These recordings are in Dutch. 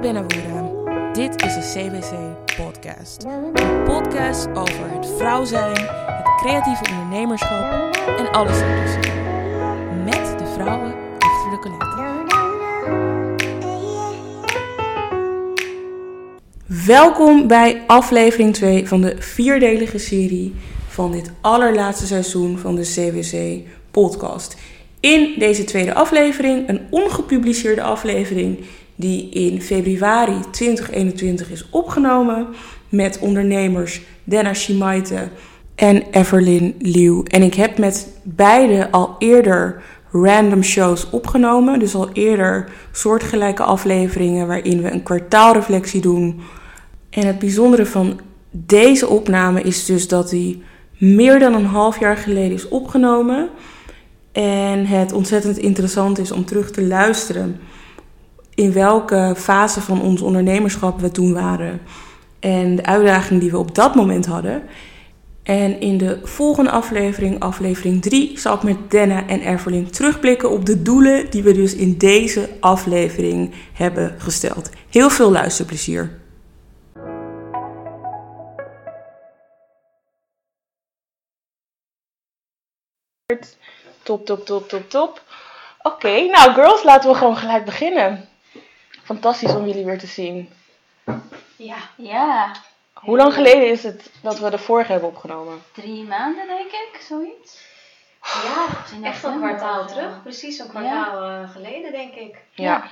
ben Awoera. Dit is de CWC-podcast. Een podcast over het vrouw zijn, het creatieve ondernemerschap en alles ertussen. Met de vrouwen achter de Colette. Welkom bij aflevering 2 van de 4-delige serie van dit allerlaatste seizoen van de CWC-podcast. In deze tweede aflevering, een ongepubliceerde aflevering die in februari 2021 is opgenomen met ondernemers Denna Shimaite en Everlyn Liu. En ik heb met beide al eerder random shows opgenomen, dus al eerder soortgelijke afleveringen waarin we een kwartaalreflectie doen. En het bijzondere van deze opname is dus dat die meer dan een half jaar geleden is opgenomen. En het ontzettend interessant is om terug te luisteren in welke fase van ons ondernemerschap we toen waren. En de uitdaging die we op dat moment hadden. En in de volgende aflevering, aflevering 3, zal ik met Denna en Everlyn terugblikken op de doelen die we dus in deze aflevering hebben gesteld. Heel veel luisterplezier. Top. Oké, nou girls, laten we gewoon gelijk beginnen. Fantastisch om jullie weer te zien. Ja. Hoe lang geleden is het dat we de vorige hebben opgenomen? 3 maanden, denk ik, zoiets. Ja, echt een kwartaal terug. Precies een kwartaal geleden, denk ik. Ja.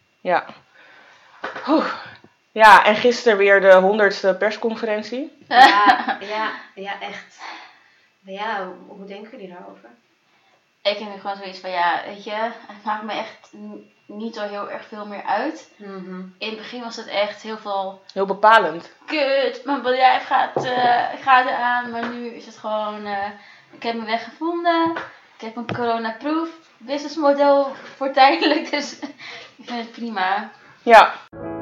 Ja, en gisteren weer de 100ste persconferentie. Ja, echt. Ja, hoe denken jullie daarover? Ik heb nu gewoon zoiets van, weet je, het maakt me echt niet zo heel erg veel meer uit. Mm-hmm. In het begin was het echt heel veel... Heel bepalend. Kut, mijn bedrijf gaat eraan, maar nu is het gewoon... ik heb mijn weg gevonden, ik heb een corona-proof businessmodel voor tijdelijk, dus ik vind het prima. Ja.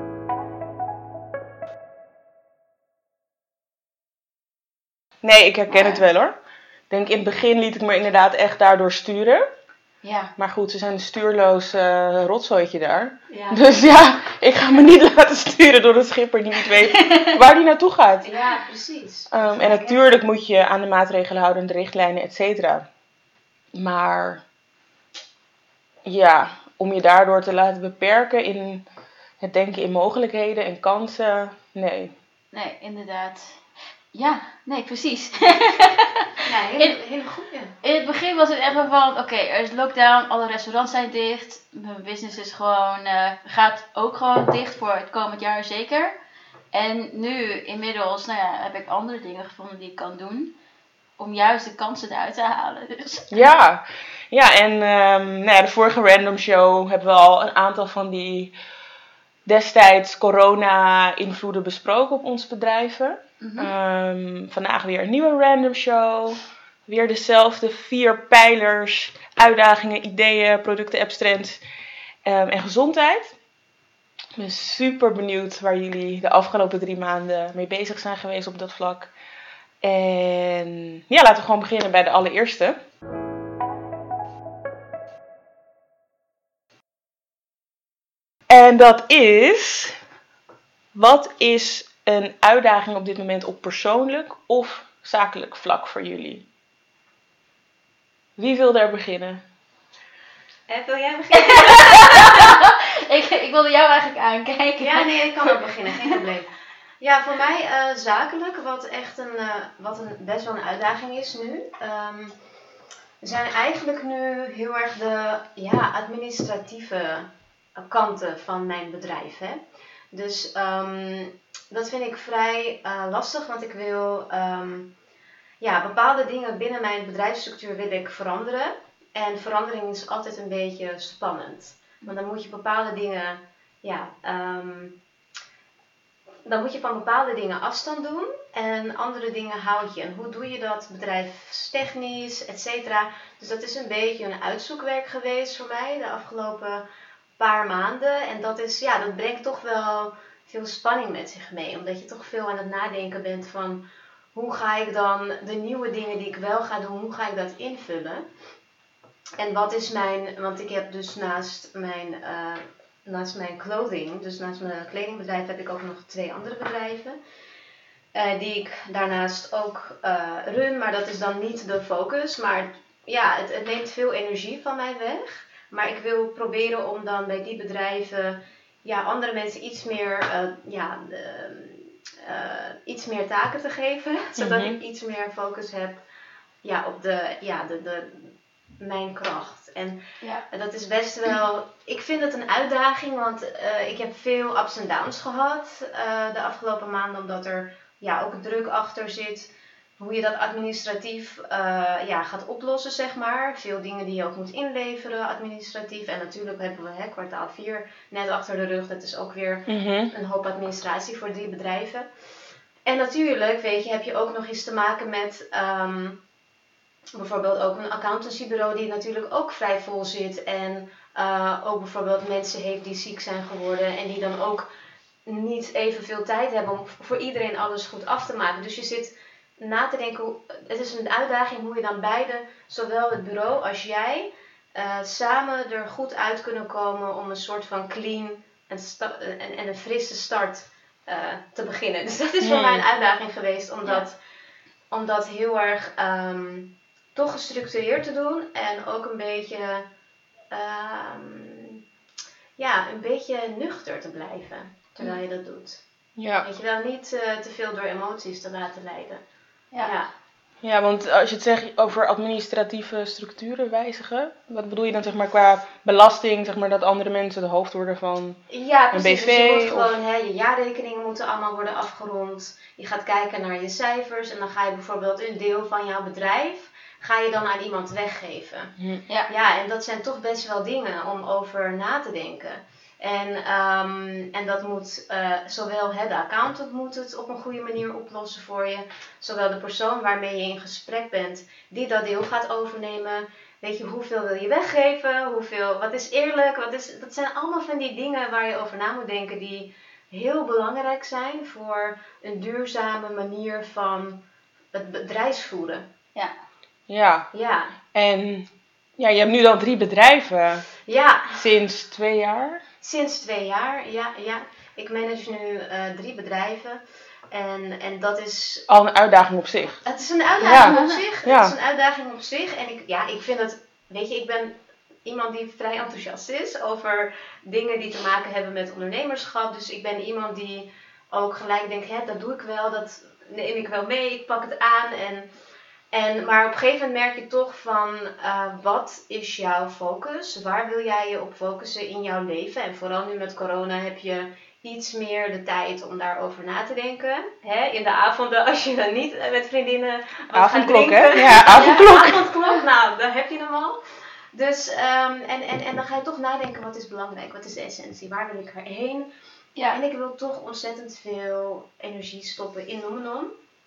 Nee, ik herken het wel hoor. Ik denk in het begin liet ik me inderdaad echt daardoor sturen. Ja. Maar goed, ze zijn een stuurloos rotzooitje daar. Ja. Dus ja, ik ga me niet laten sturen door een schipper die niet weet waar die naartoe gaat. Ja, precies. En natuurlijk moet je aan de maatregelen houden, de richtlijnen, et cetera. Maar ja, om je daardoor te laten beperken in het denken in mogelijkheden en kansen, nee. Nee, inderdaad. Ja, nee, precies. Ja, hele goeie. In het begin was het echt wel van, oké, er is lockdown, alle restaurants zijn dicht. Mijn business is gewoon, gaat ook gewoon dicht voor het komend jaar zeker. En nu inmiddels, heb ik andere dingen gevonden die ik kan doen. Om juist de kansen eruit te halen. Dus. Ja, en de vorige random show hebben we al een aantal van die destijds corona-invloeden besproken op ons bedrijven. Mm-hmm. Vandaag weer een nieuwe random show. Weer dezelfde 4 pijlers, uitdagingen, ideeën, producten, apps, trends en gezondheid. Ik ben super benieuwd waar jullie de afgelopen 3 maanden mee bezig zijn geweest op dat vlak. En ja, laten we gewoon beginnen bij de allereerste. En dat is, wat is een uitdaging op dit moment op persoonlijk of zakelijk vlak voor jullie? Wie wil daar beginnen? Wil jij beginnen? Ik wilde jou eigenlijk aankijken. Ja, nee, ik kan ook beginnen, geen probleem. Ja, voor mij zakelijk, wat best wel een uitdaging is nu. We zijn eigenlijk nu heel erg de administratieve kanten van mijn bedrijf. Hè? Dus dat vind ik vrij lastig, want ik wil bepaalde dingen binnen mijn bedrijfsstructuur wil ik veranderen. En verandering is altijd een beetje spannend. Want dan moet je bepaalde dingen, dan moet je van bepaalde dingen afstand doen en andere dingen houd je. En hoe doe je dat bedrijfstechnisch, et cetera. Dus dat is een beetje een uitzoekwerk geweest voor mij de afgelopen paar maanden. En dat brengt toch wel veel spanning met zich mee. Omdat je toch veel aan het nadenken bent van hoe ga ik dan de nieuwe dingen die ik wel ga doen, hoe ga ik dat invullen? En wat is want ik heb dus naast mijn naast mijn clothing, dus naast mijn kledingbedrijf, heb ik ook nog 2 andere bedrijven. Die ik daarnaast ook run, maar dat is dan niet de focus. Maar ja, het neemt veel energie van mij weg. Maar ik wil proberen om dan bij die bedrijven andere mensen iets meer taken te geven. Zodat ik iets meer focus heb op mijn kracht. En dat is best wel... Ik vind het een uitdaging, want ik heb veel ups en downs gehad de afgelopen maanden. Omdat er ook druk achter zit. Hoe je dat administratief gaat oplossen, zeg maar. Veel dingen die je ook moet inleveren, administratief. En natuurlijk hebben we kwartaal 4 net achter de rug. Dat is ook weer een hoop administratie voor 3 bedrijven. En natuurlijk, weet je, heb je ook nog eens te maken met... bijvoorbeeld ook een accountancybureau die natuurlijk ook vrij vol zit. En ook bijvoorbeeld mensen heeft die ziek zijn geworden. En die dan ook niet evenveel tijd hebben om voor iedereen alles goed af te maken. Dus je zit na te denken, het is een uitdaging hoe je dan beide, zowel het bureau als jij, samen er goed uit kunnen komen om een soort van clean en een frisse start te beginnen. Dus dat is voor mij een uitdaging geweest om dat heel erg toch gestructureerd te doen en ook een beetje nuchter te blijven terwijl je dat doet. Ja. Weet je wel, niet te veel door emoties te laten leiden. Ja, want als je het zegt over administratieve structuren wijzigen, wat bedoel je dan zeg maar qua belasting, zeg maar dat andere mensen de hoofd worden van een BV? Dus je moet gewoon, je jaarrekeningen moeten allemaal worden afgerond. Je gaat kijken naar je cijfers en dan ga je bijvoorbeeld een deel van jouw bedrijf, ga je dan aan iemand weggeven. En dat zijn toch best wel dingen om over na te denken. En dat moet zowel de accountant moet het op een goede manier oplossen voor je. Zowel de persoon waarmee je in gesprek bent, die dat deel gaat overnemen. Weet je, hoeveel wil je weggeven? Wat is eerlijk? Dat zijn allemaal van die dingen waar je over na moet denken die heel belangrijk zijn voor een duurzame manier van het bedrijfsvoeren. Ja. En je hebt nu dan 3 bedrijven. Ja. Sinds 2 jaar? Sinds 2 jaar, ja. Ik manage nu 3 bedrijven. En dat is... Al een uitdaging op zich. Het is een uitdaging op zich. Ja. Het is een uitdaging op zich. En ik vind het... Weet je, ik ben iemand die vrij enthousiast is over dingen die te maken hebben met ondernemerschap. Dus ik ben iemand die ook gelijk denkt, dat doe ik wel. Dat neem ik wel mee. Ik pak het aan. Maar op een gegeven moment merk je toch van, wat is jouw focus? Waar wil jij je op focussen in jouw leven? En vooral nu met corona heb je iets meer de tijd om daarover na te denken. In de avonden, als je dan niet met vriendinnen wat gaat drinken. Hè? Ja, avondklok. Avondklok, nou, daar heb je hem al. Dus, en dan ga je toch nadenken, wat is belangrijk? Wat is de essentie? Waar wil ik heen? Ja. En ik wil toch ontzettend veel energie stoppen in Numenon.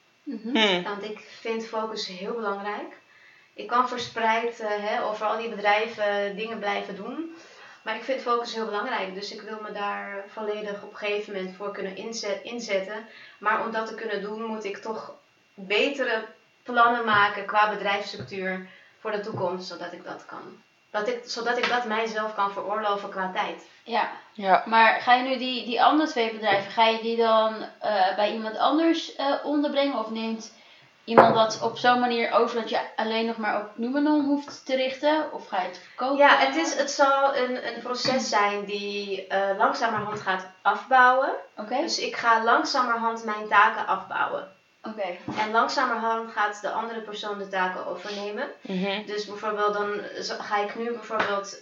Want ik vind focus heel belangrijk. Ik kan verspreid over al die bedrijven dingen blijven doen. Maar ik vind focus heel belangrijk. Dus ik wil me daar volledig op een gegeven moment voor kunnen inzetten. Maar om dat te kunnen doen moet ik toch betere plannen maken qua bedrijfsstructuur voor de toekomst. Zodat ik dat kan. Zodat ik dat mijzelf kan veroorloven qua tijd. Ja. Maar ga je nu die andere 2 bedrijven, ga je die dan bij iemand anders onderbrengen? Of neemt iemand dat op zo'n manier over dat je alleen nog maar op Numenon hoeft te richten? Of ga je het verkopen? Ja, het zal een proces zijn die langzamerhand gaat afbouwen. Okay. Dus ik ga langzamerhand mijn taken afbouwen. Okay. En langzamerhand gaat de andere persoon de taken overnemen. Dus bijvoorbeeld dan ga ik nu bijvoorbeeld...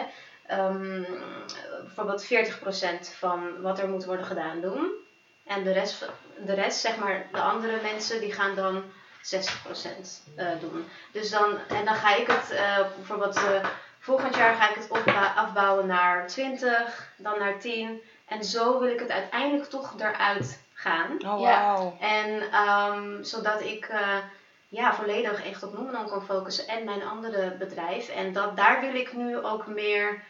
bijvoorbeeld 40% van wat er moet worden gedaan doen. En de rest, zeg maar, de andere mensen, die gaan dan 60% doen. Dus dan ga ik het bijvoorbeeld volgend jaar ga ik het afbouwen naar 20, dan naar 10. En zo wil ik het uiteindelijk toch eruit gaan. Oh, wow. En zodat ik volledig echt op Numenon kan focussen en mijn andere bedrijf. En daar wil ik nu ook meer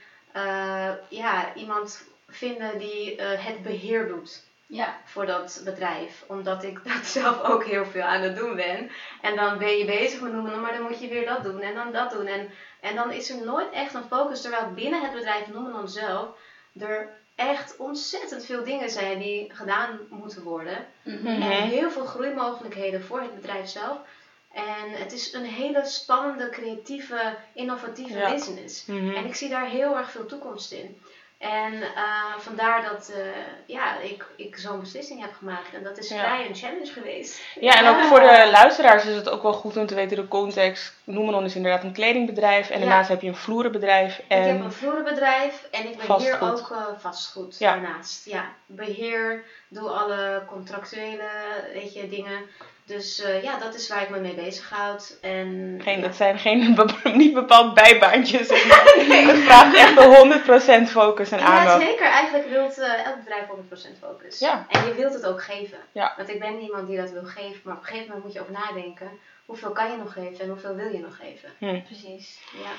iemand vinden die het beheer doet voor dat bedrijf. Omdat ik dat zelf ook heel veel aan het doen ben. En dan ben je bezig met Numenon, maar dan moet je weer dat doen en dan dat doen. En dan is er nooit echt een focus. Terwijl binnen het bedrijf Numenon zelf er echt ontzettend veel dingen zijn die gedaan moeten worden. Mhm. En heel veel groeimogelijkheden voor het bedrijf zelf. En het is een hele spannende, creatieve, innovatieve business. En ik zie daar heel erg veel toekomst in. En vandaar dat ik zo'n beslissing heb gemaakt. En dat is vrij een challenge geweest. Ja, en ook voor de luisteraars is het ook wel goed om te weten de context. Noemenon is inderdaad een kledingbedrijf. En daarnaast heb je een vloerenbedrijf. En ik heb een vloerenbedrijf en ik ben vastgoed. hier ook vastgoed daarnaast. Ja, beheer, doe alle contractuele dingen. Dus dat is waar ik me mee bezighoud. En, Dat zijn niet bepaald bijbaantjes. Zeg maar. Het vraagt echt wel 100% focus en aandacht. Ja, zeker. Eigenlijk wil elk bedrijf 100% focus. Ja. En je wilt het ook geven. Ja. Want ik ben niet iemand die dat wil geven. Maar op een gegeven moment moet je ook nadenken. Hoeveel kan je nog geven en hoeveel wil je nog geven? Precies. Ja.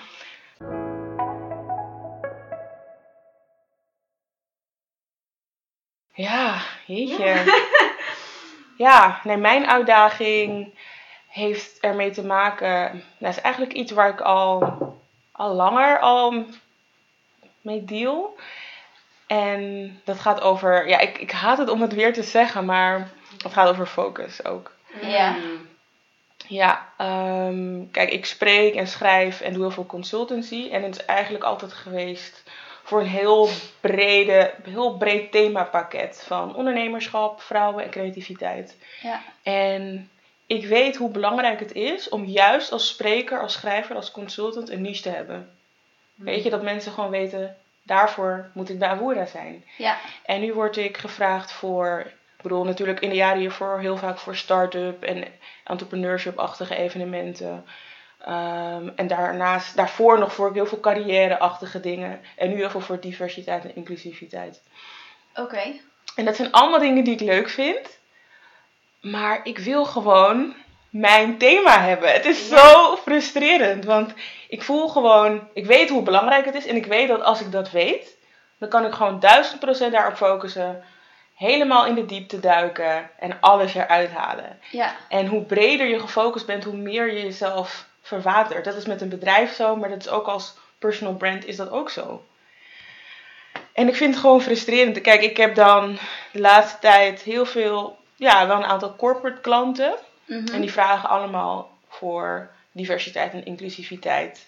Ja, jeetje. Ja, mijn uitdaging heeft ermee te maken. Dat is eigenlijk iets waar ik al langer mee deal. En dat gaat over. Ja, ik haat het om het weer te zeggen, maar het gaat over focus ook. Ja. Ja, kijk, ik spreek en schrijf en doe heel veel consultancy. En het is eigenlijk altijd geweest voor een heel breed themapakket van ondernemerschap, vrouwen en creativiteit. Ja. En ik weet hoe belangrijk het is om juist als spreker, als schrijver, als consultant een niche te hebben. Weet je, dat mensen gewoon weten, daarvoor moet ik bij Awoura zijn. Ja. En nu word ik gevraagd voor, ik bedoel natuurlijk in de jaren hiervoor heel vaak voor start-up en entrepreneurship-achtige evenementen. En daarvoor nog voor heel veel carrière-achtige dingen. En nu heel veel voor diversiteit en inclusiviteit. Oké. En dat zijn allemaal dingen die ik leuk vind. Maar ik wil gewoon mijn thema hebben. Het is zo frustrerend. Want ik voel gewoon, ik weet hoe belangrijk het is. En ik weet dat als ik dat weet, dan kan ik gewoon 1000% daarop focussen. Helemaal in de diepte duiken en alles eruit halen. Ja. En hoe breder je gefocust bent, hoe meer je jezelf verwatert. Dat is met een bedrijf zo, maar dat is ook als personal brand is dat ook zo. En ik vind het gewoon frustrerend. Kijk, ik heb dan de laatste tijd heel veel, wel een aantal corporate klanten. Mhm. En die vragen allemaal voor diversiteit en inclusiviteit.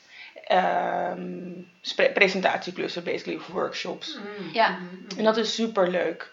Presentatieklussen, basically, of workshops. Ja. En dat is super leuk.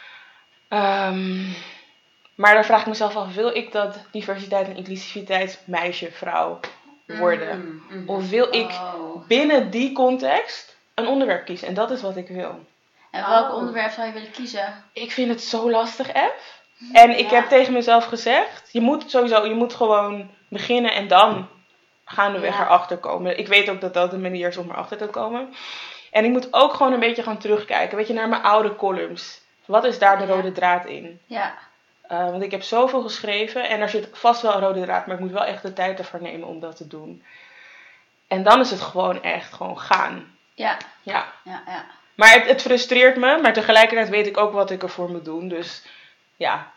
Maar dan vraag ik mezelf af, wil ik dat diversiteit en inclusiviteit meisje, vrouw worden? Of wil ik binnen die context een onderwerp kiezen? En dat is wat ik wil. En welk onderwerp zou je willen kiezen? Ik vind het zo lastig, F. En ik heb tegen mezelf gezegd, je moet gewoon beginnen en dan gaandeweg erachter komen. Ik weet ook dat dat een manier is om erachter te komen. En ik moet ook gewoon een beetje gaan terugkijken, weet je, naar mijn oude columns. Wat is daar de rode draad in? Ja. Want ik heb zoveel geschreven en er zit vast wel een rode draad, maar ik moet wel echt de tijd ervoor nemen om dat te doen. En dan is het gewoon echt gaan. Ja. Ja. Ja. Maar het frustreert me, maar tegelijkertijd weet ik ook wat ik ervoor moet doen. Dus ja.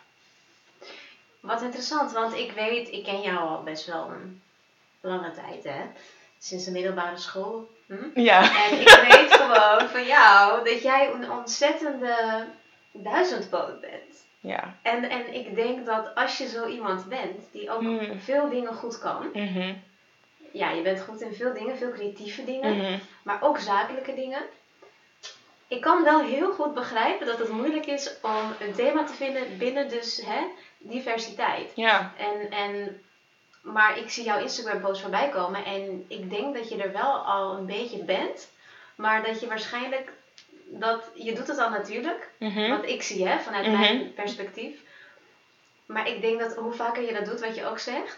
Wat interessant, want ik ken jou al best wel een lange tijd, hè? Sinds de middelbare school. Ja. En ik weet gewoon van jou dat jij een ontzettende duizendpoot bent. Ja. En ik denk dat als je zo iemand bent die ook veel dingen goed kan. Ja, je bent goed in veel dingen, veel creatieve dingen. Maar ook zakelijke dingen. Ik kan wel heel goed begrijpen dat het moeilijk is om een thema te vinden binnen dus diversiteit. Ja. Maar ik zie jouw Instagram post voorbij komen en ik denk dat je er wel al een beetje bent. Maar dat je waarschijnlijk, je doet het al natuurlijk. Want ik zie vanuit mijn perspectief. Maar ik denk dat hoe vaker je dat doet, wat je ook zegt.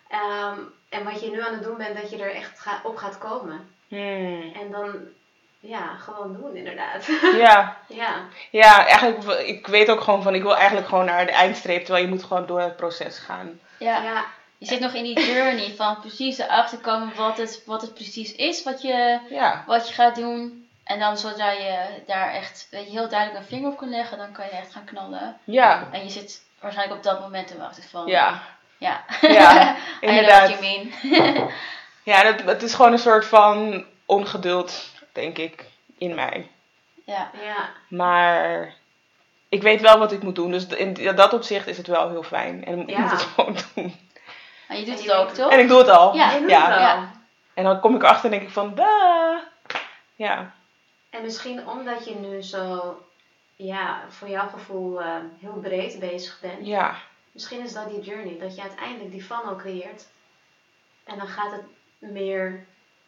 En wat je nu aan het doen bent, dat je er echt op gaat komen. En dan, gewoon doen inderdaad. Ja. Ja. Ja, eigenlijk, ik weet ook gewoon van, ik wil eigenlijk gewoon naar de eindstreep, terwijl je moet gewoon door het proces gaan. Ja. Je zit nog in die journey van precies erachter komen wat het precies is wat je gaat doen. En dan zodra je daar echt heel duidelijk een vinger op kunt leggen, dan kan je echt gaan knallen. Ja. En je zit waarschijnlijk op dat moment te wachten van... Ja, inderdaad. I know what you mean. Ja, het is gewoon een soort van ongeduld, denk ik, in mij. Ja. Ja. Maar ik weet wel wat ik moet doen. Dus in dat opzicht is het wel heel fijn. En ik moet het gewoon doen. Maar je doet En het je ook, weet toch? En ik doe het al. Ja. Je doet Ja. het wel. Ja. En dan kom ik erachter en denk ik van, ja. En misschien omdat je nu zo, voor jouw gevoel heel breed bezig bent. Ja. Misschien is dat die journey, dat je uiteindelijk die funnel creëert. En dan gaat het meer,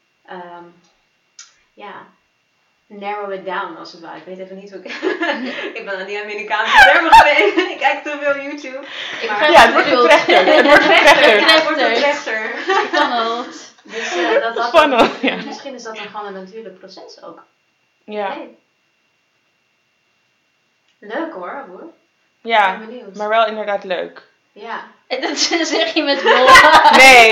narrow it down als het ware. Ik weet even niet hoe ik... ik ben aan die Amerikaanse termen geweest. Ik kijk te veel YouTube. Ja, het wordt getrechter. Het wordt getrechter. Het wordt een trechter. Funneled. Dus Funnel, ja. misschien is dat dan gewoon een natuurlijk proces ook. Ja. Hey. Leuk hoor. Ja, Ik ben benieuwd. maar wel inderdaad leuk. Ja. En dat zeg je met bol. Nee.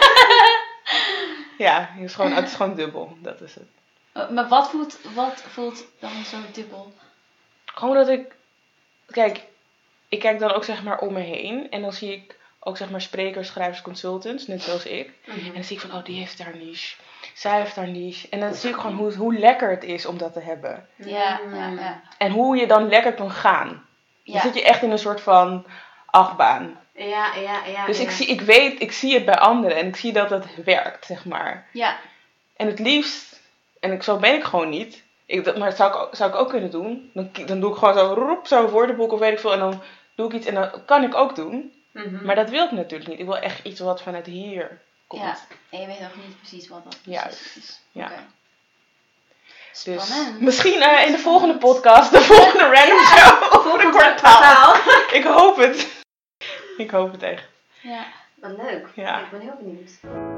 Ja, het is gewoon dubbel. Dat is het. Maar wat voelt dan zo dubbel? Gewoon dat ik kijk dan ook zeg maar om me heen. En dan zie ik ook zeg maar sprekers, schrijvers, consultants, net zoals ik. Mhm. En dan zie ik van, die heeft haar niche. Zij heeft haar niche. En dan zie ik gewoon hoe lekker het is om dat te hebben. Ja. En hoe je dan lekker kan gaan. Dan Ja. zit je echt in een soort van achtbaan. Ja. Dus ik zie het bij anderen en ik zie dat het werkt, zeg maar. Ja. En het liefst, zo ben ik gewoon niet. Maar dat zou ik ook kunnen doen. Dan doe ik gewoon zo woordenboek of weet ik veel. En dan doe ik iets en dan kan ik ook doen. Mhm. Maar dat wil ik natuurlijk niet. Ik wil echt iets wat vanuit hier komt. Ja. En je weet nog niet precies wat dat precies Juist. is. Ja. Oké. Dus Spannend. misschien in de volgende podcast, de volgende random show voor een kwartaal. Ik hoop het. Ik hoop het echt. Ja. Wat leuk. Ja. Ik ben heel benieuwd.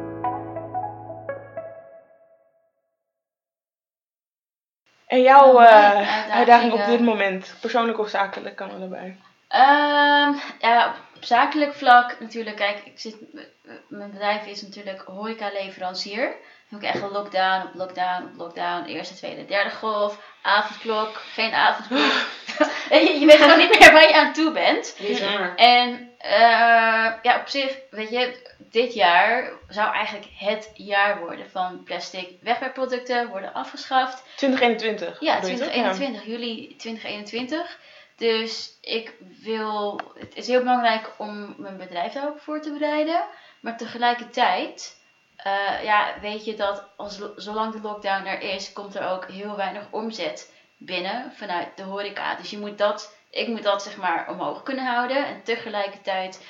En jouw mijn uitdaging op dit moment, persoonlijk of zakelijk, kan allebei. Ja, op zakelijk vlak natuurlijk. Kijk, mijn bedrijf is natuurlijk horeca-leverancier. Dan heb ik echt een lockdown op lockdown. Eerste, tweede, derde golf. Avondklok, geen avondklok. Je weet gewoon niet meer waar je aan toe bent. Bizar. En op zich, weet je, dit jaar zou eigenlijk het jaar worden van plastic wegwerpproducten worden afgeschaft. 2021. Ja, bedoel je toch? 2021, juli 2021. Dus het is heel belangrijk om mijn bedrijf daarop voor te bereiden. Maar tegelijkertijd, weet je dat zolang de lockdown er is, komt er ook heel weinig omzet binnen vanuit de horeca. Dus ik moet dat zeg maar omhoog kunnen houden. En tegelijkertijd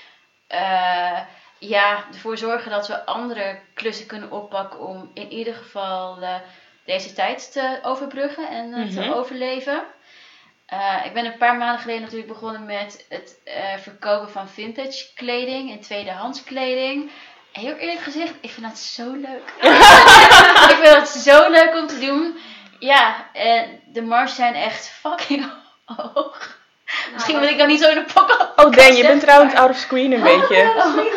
ervoor zorgen dat we andere klussen kunnen oppakken om in ieder geval deze tijd te overbruggen en te overleven. Ik ben een paar maanden geleden natuurlijk begonnen met het verkopen van vintage kleding en tweedehands kleding. En heel eerlijk gezegd, ik vind dat zo leuk. Ik vind dat zo leuk om te doen. Ja, en de marges zijn echt fucking hoog. Misschien wil ik dan niet zo in de pocket. Oh Dan, je bent trouwens out of screen een beetje.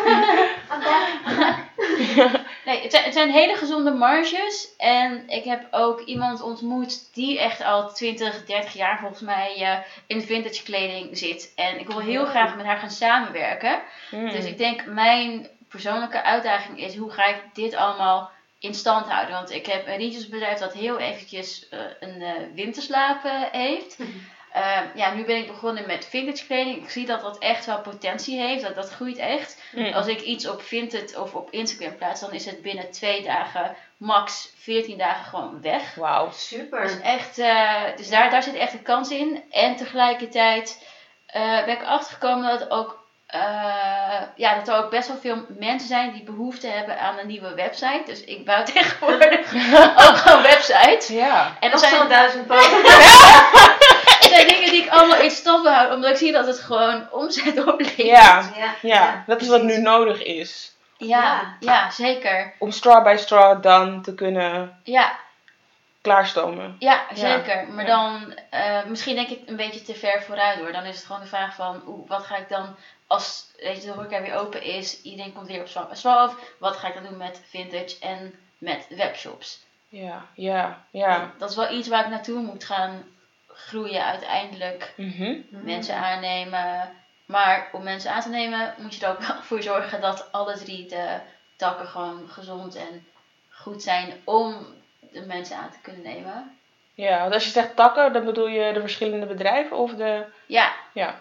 Nee, het zijn hele gezonde marges. En ik heb ook iemand ontmoet die echt al 20, 30 jaar volgens mij in vintage kleding zit. En ik wil heel graag met haar gaan samenwerken. Dus ik denk mijn persoonlijke uitdaging is, hoe ga ik dit allemaal in stand houden? Want ik heb een rietjesbedrijf dat heel eventjes een winterslaap heeft. Nu ben ik begonnen met vintage kleding. Ik zie dat dat echt wel potentie heeft. Dat groeit echt. Als ik iets op Vinted of op Instagram plaats, dan is het binnen 2 dagen, max 14 dagen gewoon weg. Wauw. Super. Dus echt, dus daar zit echt een kans in. En tegelijkertijd ben ik achtergekomen dat dat er ook best wel veel mensen zijn die behoefte hebben aan een nieuwe website. Dus ik bouw tegenwoordig ook gewoon websites. Ja. En Nog er zijn zo'n 1000 poten. er zijn dingen die ik allemaal in stand wil houden, omdat ik zie dat het gewoon omzet oplevert. Ja, dat is wat nu nodig is. Ja, zeker. Om straw by straw dan te kunnen Ja, klaarstomen. ja, zeker. Maar dan, misschien denk ik een beetje te ver vooruit hoor. Dan is het gewoon de vraag van, wat ga ik dan, als de horeca weer open is, iedereen komt weer op straw by straw. Wat ga ik dan doen met vintage en met webshops? Ja. Dat is wel iets waar ik naartoe moet gaan groeien uiteindelijk. Mensen aannemen. Maar om mensen aan te nemen moet je er ook wel voor zorgen dat alle 3 de takken gewoon gezond en goed zijn om de mensen aan te kunnen nemen. Ja, want als je zegt takken, dan bedoel je de verschillende bedrijven of de... Ja. Ja.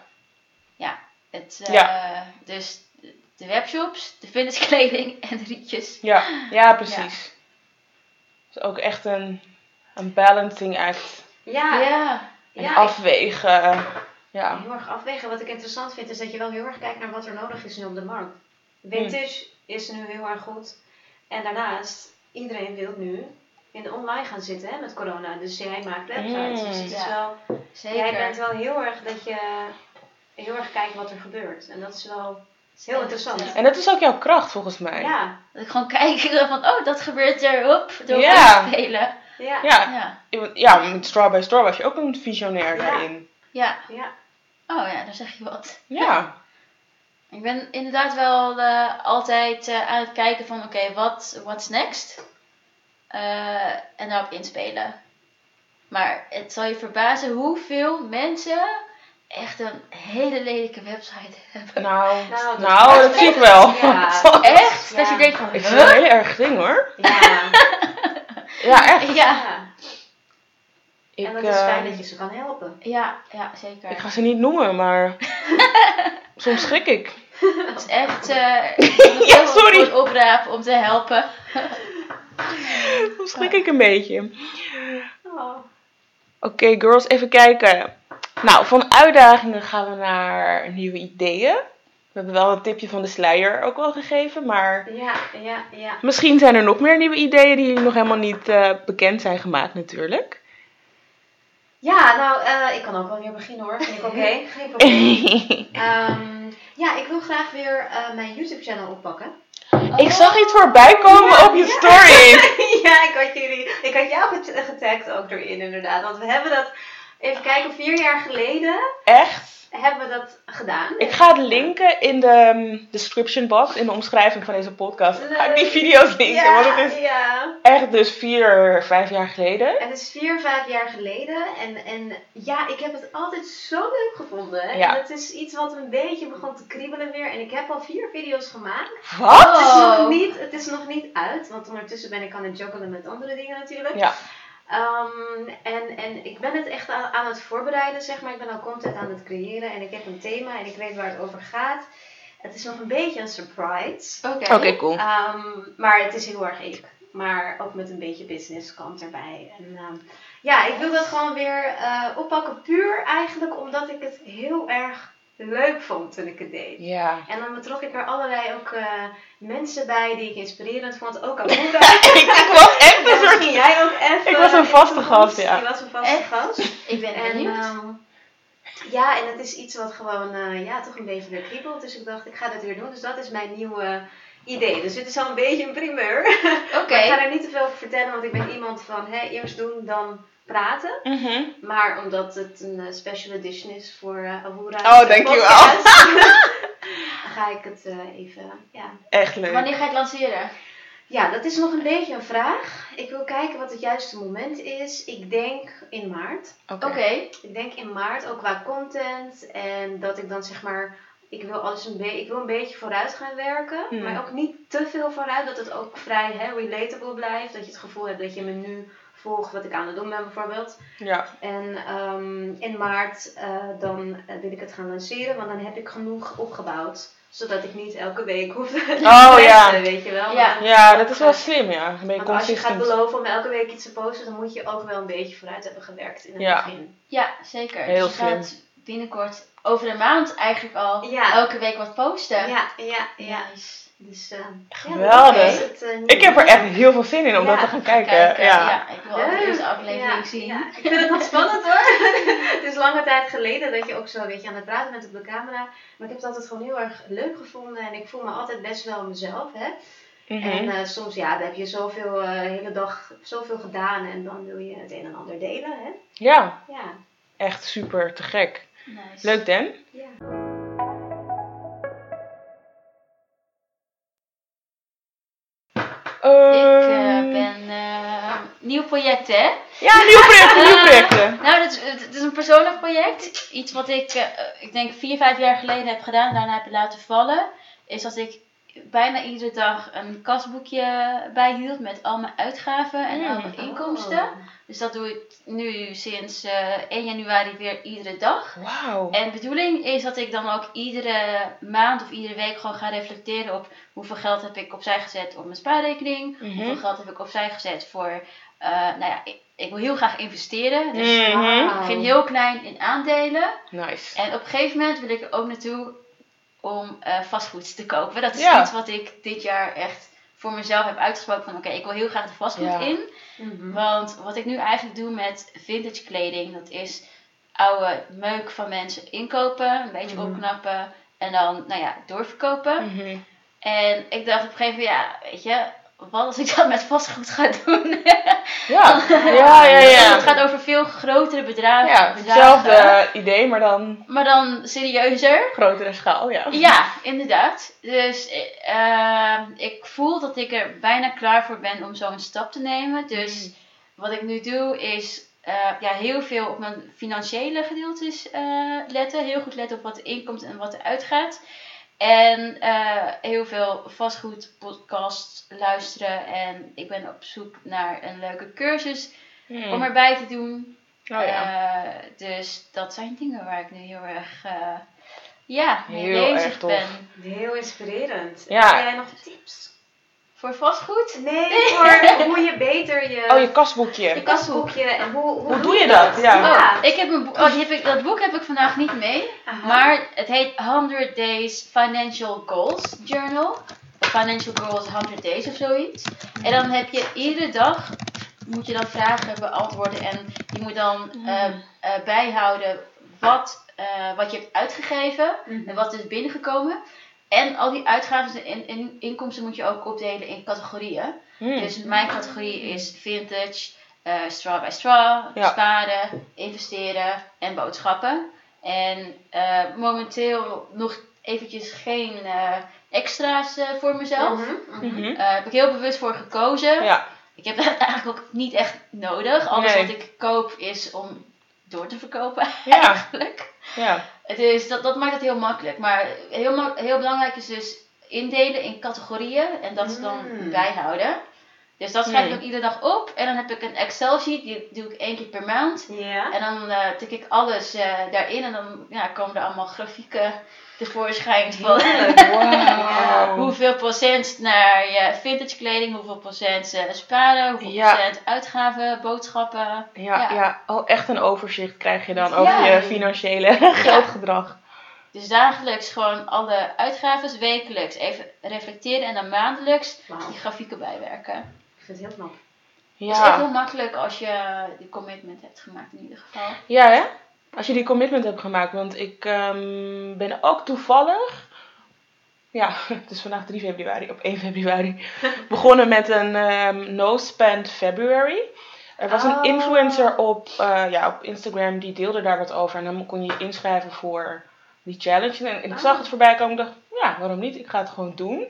Dus de webshops, de vintage-kleding en de rietjes. Ja, precies. Het is ook echt een balancing act. En afwegen. Ja. Heel erg afwegen. Wat ik interessant vind is dat je wel heel erg kijkt naar wat er nodig is nu op de markt. Vintage is nu heel erg goed. En daarnaast, iedereen wil nu in de online gaan zitten met corona. Dus jij maakt websites. Dus het is wel, zeker. Jij bent wel heel erg dat je heel erg kijkt wat er gebeurt. En dat is wel heel interessant. En dat is ook jouw kracht volgens mij. Ja. Dat ik gewoon kijk van, dat gebeurt er, hop, door te spelen. Ja, met Straw by Straw was je ook een visionair daarin. Ja. Oh ja, daar zeg je wat. Ja. Ik ben inderdaad wel altijd aan het kijken van, oké, what's next? En daarop inspelen. Maar het zal je verbazen hoeveel mensen echt een hele lelijke website hebben. Nou, dat zie ik wel. Ja. Echt? Ja. Dat je denkt van, Ik vind het een heel erg ding hoor. Ja. Ja, echt. En dat is fijn dat je ze kan helpen. Ja, zeker. Ik ga ze niet noemen, maar soms schrik ik. Het is echt sorry. een opraap om te helpen. Soms schrik ik een beetje. Oké, girls, even kijken. Nou, van uitdagingen gaan we naar nieuwe ideeën. We hebben wel een tipje van de sluier ook wel gegeven, maar Ja. misschien zijn er nog meer nieuwe ideeën die nog helemaal niet bekend zijn gemaakt natuurlijk. Ja, nou, ik kan ook wel weer beginnen hoor. Vind ik oké. Geen probleem. Ik wil graag weer mijn YouTube-channel oppakken. Ik zag iets voorbij komen op je story. Ik had jou getagd ook erin inderdaad. Want we hebben dat, even kijken, 4 jaar geleden. Echt? Hebben we dat gedaan. Ik ga het linken in de description box, in de omschrijving van deze podcast. Ga ik die video's linken, want het is echt dus 4, 5 jaar geleden. Het is 4, 5 jaar geleden. En ik heb het altijd zo leuk gevonden. Ja. En het is iets wat een beetje begon te kriebelen weer. En ik heb al 4 video's gemaakt. Wat? Het is nog niet uit, want ondertussen ben ik aan het juggelen met andere dingen natuurlijk. Ja. En ik ben het echt aan het voorbereiden, zeg maar. Ik ben al content aan het creëren en ik heb een thema en ik weet waar het over gaat. Het is nog een beetje een surprise. Oké, cool. Maar het is heel erg ik. Maar ook met een beetje business kant erbij. En ik wil dat gewoon weer oppakken. Puur eigenlijk omdat ik het heel erg leuk vond toen ik het deed. Ja. En dan betrok ik er allerlei ook mensen bij die ik inspirerend vond. Ook Amoura. Ik was echt een soort... Ging jij ook even... Ik was een vaste gast, ja. Je was een vaste gast. Ik ben benieuwd. En het is iets wat gewoon toch een beetje weer kriebelt. Dus ik dacht, ik ga dat weer doen. Dus dat is mijn nieuwe idee. Dus het is al een beetje een primeur. Oké. Ik ga er niet te veel over vertellen, want ik ben iemand van eerst doen, dan praten. Mm-hmm. Maar omdat het een special edition is voor Amoura. Oh, dankjewel. Ga ik het even, Echt leuk. Wanneer ga je het lanceren? Ja, dat is nog een beetje een vraag. Ik wil kijken wat het juiste moment is. Ik denk in maart. Oké. Ik denk in maart, ook qua content. En dat ik dan zeg maar... Ik wil een beetje vooruit gaan werken. Maar ook niet te veel vooruit. Dat het ook vrij relatable blijft. Dat je het gevoel hebt dat je me nu volgt wat ik aan het doen ben bijvoorbeeld. Ja. En in maart dan wil ik het gaan lanceren. Want dan heb ik genoeg opgebouwd. Zodat ik niet elke week hoef te testen, weet je wel. Ja, dat is wel slim, ja. Dan ben je want als je consistent. gaat beloven om elke week iets te posten, dan moet je ook wel een beetje vooruit hebben gewerkt in het begin. Ja, zeker. Heel dus je gaat binnenkort over een maand eigenlijk al elke week wat posten. Ja. Nice. Dus, geweldig. Ik heb er echt heel veel zin in om dat te gaan kijken. Ja, ik wil ook de eerste aflevering zien. Ja. Ik vind het nog spannend hoor. Het is lange tijd geleden dat je ook zo aan het praten bent op de camera. Maar ik heb het altijd gewoon heel erg leuk gevonden. En ik voel me altijd best wel mezelf. Hè? Mm-hmm. En soms dan heb je zoveel, hele dag zoveel gedaan. En dan wil je het een en ander delen. Hè? Ja. Ja. Echt super te gek. Nice. Leuk, Dan? Ja. Ik ben... nieuw project, hè? Ja, nieuwe projecten. Nou, het is een persoonlijk project. Iets wat ik denk 4, 5 jaar geleden heb gedaan. Daarna heb ik laten vallen. Is dat ik bijna iedere dag een kasboekje bijhield met al mijn uitgaven en al mijn inkomsten. Oh. Dus dat doe ik nu sinds 1 januari weer iedere dag. Wauw. En de bedoeling is dat ik dan ook iedere maand of iedere week gewoon ga reflecteren op hoeveel geld heb ik opzij gezet op mijn spaarrekening. Hoeveel geld heb ik opzij gezet voor, ik wil heel graag investeren. Dus ik begin heel klein in aandelen. Nice. En op een gegeven moment wil ik er ook naartoe om vastgoed te kopen. Dat is iets wat ik dit jaar echt voor mezelf heb uitgesproken van oké, ik wil heel graag de vastgoed in. Want wat ik nu eigenlijk doe met vintage kleding, dat is oude meuk van mensen inkopen, een beetje opknappen en dan doorverkopen. En ik dacht op een gegeven moment, weet je, wat als ik dat met vastgoed ga doen? Ja. Het gaat over veel grotere bedragen. Ja, hetzelfde idee, maar dan serieuzer. Grotere schaal, ja. Ja, inderdaad. Dus ik voel dat ik er bijna klaar voor ben om zo'n stap te nemen. Dus wat ik nu doe is heel veel op mijn financiële gedeeltes letten. Heel goed letten op wat er inkomt en wat er uitgaat. En heel veel vastgoedpodcasts luisteren. En ik ben op zoek naar een leuke cursus om erbij te doen. Dus dat zijn dingen waar ik nu heel erg mee bezig ben. Heel inspirerend. Ja. Heb jij nog tips? Voor vastgoed? Nee, voor hoe je beter je kasboekje. Je kasboekje. En hoe doe je dat? Ja. Ik heb dat boek heb ik vandaag niet mee. Aha. Maar het heet 100 Days Financial Goals Journal. Financial Goals 100 Days of zoiets. En dan heb je iedere dag, moet je dan vragen beantwoorden. En je moet dan bijhouden wat je hebt uitgegeven. En wat is binnengekomen. En al die uitgaven en inkomsten moet je ook opdelen in categorieën. Dus mijn categorie is vintage, straw by straw, sparen, investeren en boodschappen. En momenteel nog eventjes geen extra's voor mezelf. Daar heb ik heel bewust voor gekozen. Ja. Ik heb dat eigenlijk ook niet echt nodig. Alles wat ik koop is om door te verkopen eigenlijk. Ja. Dus dat maakt het heel makkelijk. Maar heel belangrijk is dus indelen in categorieën en dat ze dan bijhouden. Dus dat schrijf ik ook iedere dag op. En dan heb ik een Excel sheet, die doe ik 1 keer per maand. Ja. En dan tik ik alles daarin en dan komen er allemaal grafieken tevoorschijn van hoeveel procent naar je vintage kleding, hoeveel procent sparen, hoeveel procent uitgaven, boodschappen. Echt een overzicht krijg je dan over je financiële geldgedrag. Dus dagelijks gewoon alle uitgaven, wekelijks even reflecteren en dan maandelijks die grafieken bijwerken. Ik vind het heel knap. Het is echt heel makkelijk als je die commitment hebt gemaakt in ieder geval. Ja, hè? Als je die commitment hebt gemaakt. Want ik ben ook toevallig, het is vandaag 3 februari, op 1 februari, begonnen met een No Spend February. Er was een influencer op Instagram die deelde daar wat over. En dan kon je je inschrijven voor die challenge. En ik zag het voorbij komen en dacht, waarom niet? Ik ga het gewoon doen.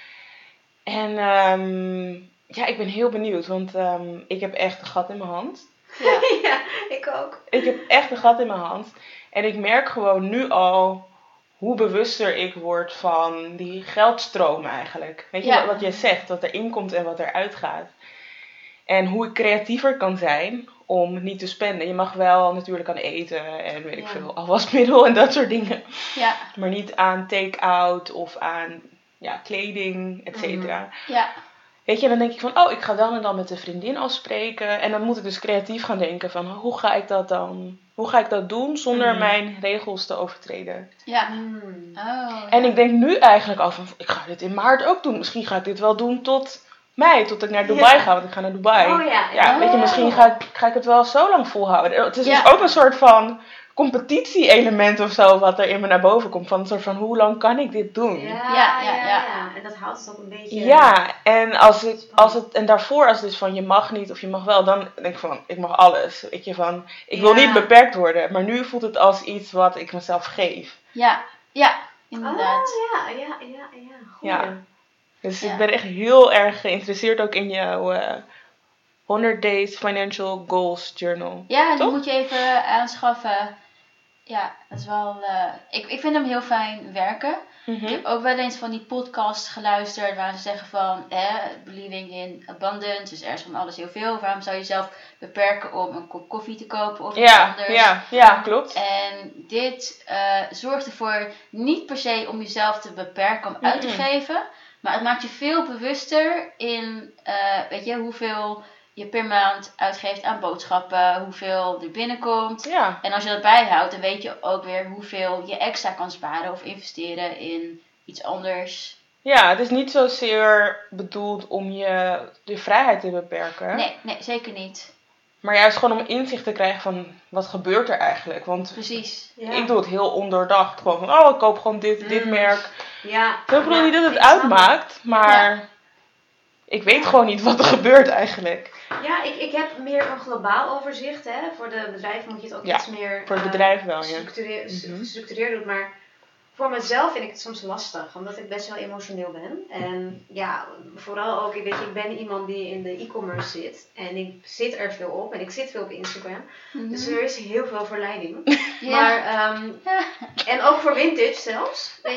En ik ben heel benieuwd, want ik heb echt een gat in mijn hand. Ja, ik ook. Ik heb echt een gat in mijn hand. En ik merk gewoon nu al hoe bewuster ik word van die geldstroom eigenlijk. Weet je wat jij zegt, wat er inkomt en wat er uitgaat. En hoe ik creatiever kan zijn om niet te spenden. Je mag wel natuurlijk aan eten en weet ik veel, afwasmiddel en dat soort dingen. Ja. Maar niet aan take-out of aan kleding, et cetera. Ja. Weet je, dan denk ik van, ik ga dan en dan met een vriendin afspreken. En dan moet ik dus creatief gaan denken van, hoe ga ik dat doen zonder mijn regels te overtreden? Ja. En ik denk nu eigenlijk al van, ik ga dit in maart ook doen. Misschien ga ik dit wel doen tot mei, tot ik naar Dubai ga, want ik ga naar Dubai. Weet je, misschien ga ik het wel zo lang volhouden. Het is dus ook een soort van competitie-element of zo wat er in me naar boven komt. Van een soort van, hoe lang kan ik dit doen? Ja. En dat houdt het ook een beetje... Ja, en en daarvoor als het is van je mag niet of je mag wel, dan denk ik van, ik mag alles. Weet je, van, ik wil niet beperkt worden. Maar nu voelt het als iets wat ik mezelf geef. Ja, inderdaad. Goed. Dus ik ben echt heel erg geïnteresseerd ook in jouw 100 Days Financial Goals Journal. Ja, die toch? moet je even aanschaffen. Ja, dat is wel... Ik vind hem heel fijn werken. Ik heb ook wel eens van die podcasts geluisterd waar ze zeggen van... believing in abundance, dus er is van alles heel veel. Waarom zou je jezelf beperken om een kop koffie te kopen of iets anders? Ja, klopt. En dit zorgt ervoor niet per se om jezelf te beperken om uit te geven. Maar het maakt je veel bewuster in, hoeveel je per maand uitgeeft aan boodschappen, hoeveel er binnenkomt. Ja. En als je dat bijhoudt, dan weet je ook weer hoeveel je extra kan sparen of investeren in iets anders. Ja, het is niet zozeer bedoeld om je vrijheid te beperken. Nee, zeker niet. Maar juist gewoon om inzicht te krijgen van wat gebeurt er eigenlijk. Want Precies. ik doe het heel ondoordacht. Gewoon van, ik koop gewoon dit merk. Ja. Ik bedoel niet dat het ik snap uitmaakt, maar ik weet gewoon niet wat er gebeurt eigenlijk. Ja, ik heb meer een globaal overzicht. Hè. Voor de bedrijven moet je het ook iets meer voor het bedrijf wel, gestructureerd doen. Maar voor mezelf vind ik het soms lastig, omdat ik best wel emotioneel ben. En ja, vooral ook, ik ben iemand die in de e-commerce zit. En ik zit er veel op en ik zit veel op Instagram. Dus er is heel veel verleiding. Maar, en ook voor vintage zelfs, weet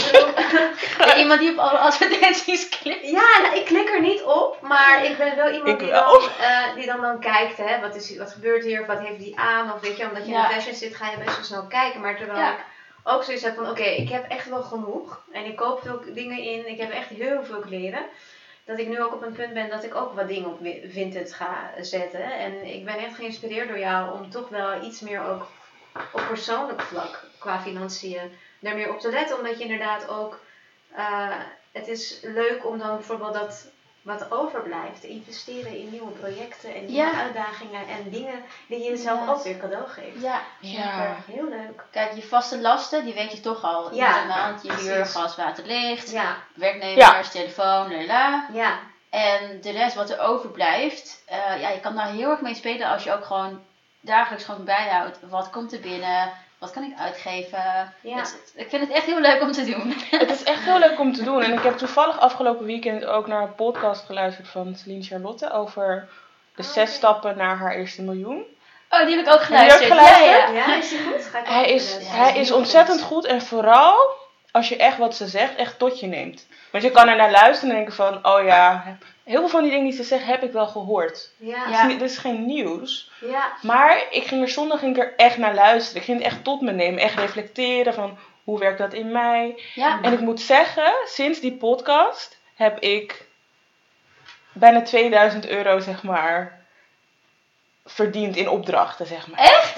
je. Iemand die op alle advertenties klikt. Ja, ik klik er niet op, maar ik ben wel iemand die dan kijkt, hè, wat gebeurt hier, of wat heeft die aan, of weet je, omdat je in de fashion zit, ga je best wel snel kijken. Maar terwijl ik ook zoiets heb van, oké, ik heb echt wel genoeg, en ik koop veel dingen in, ik heb echt heel veel kleren, dat ik nu ook op een punt ben dat ik ook wat dingen op Vinted ga zetten. En ik ben echt geïnspireerd door jou om toch wel iets meer ook op persoonlijk vlak, qua financiën, daar meer op te letten, omdat je inderdaad ook... het is leuk om dan bijvoorbeeld dat wat overblijft te investeren in nieuwe projecten en nieuwe uitdagingen en dingen die je jezelf ook weer cadeau geeft. Ja. Heel leuk. Kijk, je vaste lasten, die weet je toch al iedere maand. Je huur, gas, water, licht, werknemers, telefoon, lala. Ja. En de rest wat er overblijft, je kan daar heel erg mee spelen als je ook gewoon dagelijks gewoon bijhoudt. Wat komt er binnen? Wat kan ik uitgeven? Ja. Ik vind het echt heel leuk om te doen. Het is echt heel leuk om te doen. En ik heb toevallig afgelopen weekend ook naar een podcast geluisterd van Celine Charlotte over de 6 stappen naar haar eerste miljoen. Oh, die heb ik ook geluisterd. Ja, is die goed? Hij is ontzettend goed en vooral als je echt wat ze zegt, echt tot je neemt. Want je kan er naar luisteren en denken van, heel veel van die dingen die ze zeggen heb ik wel gehoord. Dit is geen nieuws. Ja. Maar ik ging er echt naar luisteren. Ik ging het echt tot me nemen. Echt reflecteren van, hoe werkt dat in mij? Ja. En ik moet zeggen, sinds die podcast heb ik bijna €2000, zeg maar, verdiend in opdrachten, zeg maar. Echt?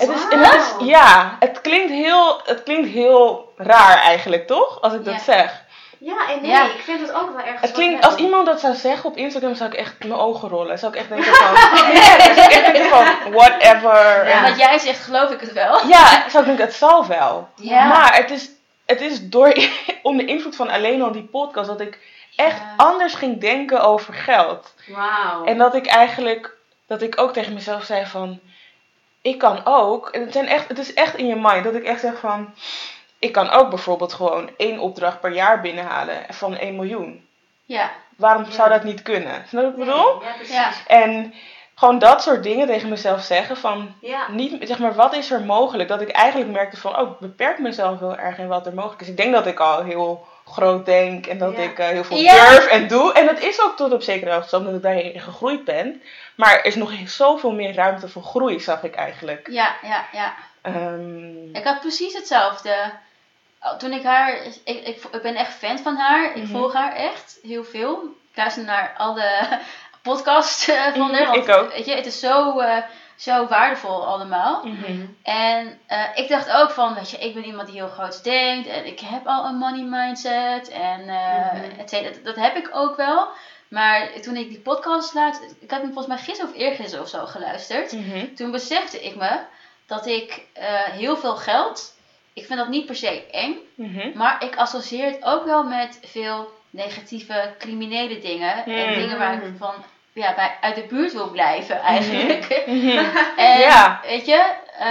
Het klinkt heel raar eigenlijk, toch? Als ik dat zeg. Ja, en nee, ik vind het ook wel erg. Het klinkt, als iemand dat zou zeggen op Instagram, zou ik echt mijn ogen rollen. Zou ik echt denken van, whatever. Ja, wat jij zegt, geloof ik het wel. Ja, zou ik denken, het zal wel. Ja. Maar het is onder invloed van alleen al die podcast, dat ik echt anders ging denken over geld. Wauw. En dat ik ook tegen mezelf zei van, ik kan ook, het is echt in je mind, dat ik echt zeg van, ik kan ook bijvoorbeeld gewoon 1 opdracht per jaar binnenhalen van 1 miljoen. Ja. Waarom zou dat niet kunnen? Snap je wat ik bedoel? Ja, precies. Ja. En gewoon dat soort dingen tegen mezelf zeggen van, niet, zeg maar, wat is er mogelijk? Dat ik eigenlijk merkte van, ik beperk mezelf heel erg in wat er mogelijk is. Ik denk dat ik al heel groot denk en dat ik heel veel durf en doe. En dat is ook tot op zekere hoogte zo, omdat ik daarin gegroeid ben. Maar er is nog zoveel meer ruimte voor groei, zag ik eigenlijk. Ja. Ik had precies hetzelfde. Toen ik haar... Ik ben echt fan van haar. Ik volg haar echt heel veel. Ik luister naar alle podcasts van haar. Want, ik ook. Weet je, het is zo waardevol allemaal. En ik dacht ook van, weet je, ik ben iemand die heel groot denkt. En ik heb al een money mindset. En dat heb ik ook wel. Maar toen ik die podcast ik had hem volgens mij gisteren of eergisteren of zo geluisterd. Toen besefte ik me dat ik heel veel geld... Ik vind dat niet per se eng. Maar ik associeer het ook wel met veel negatieve, criminele dingen. En dingen waar ik van uit de buurt wil blijven eigenlijk. En weet je...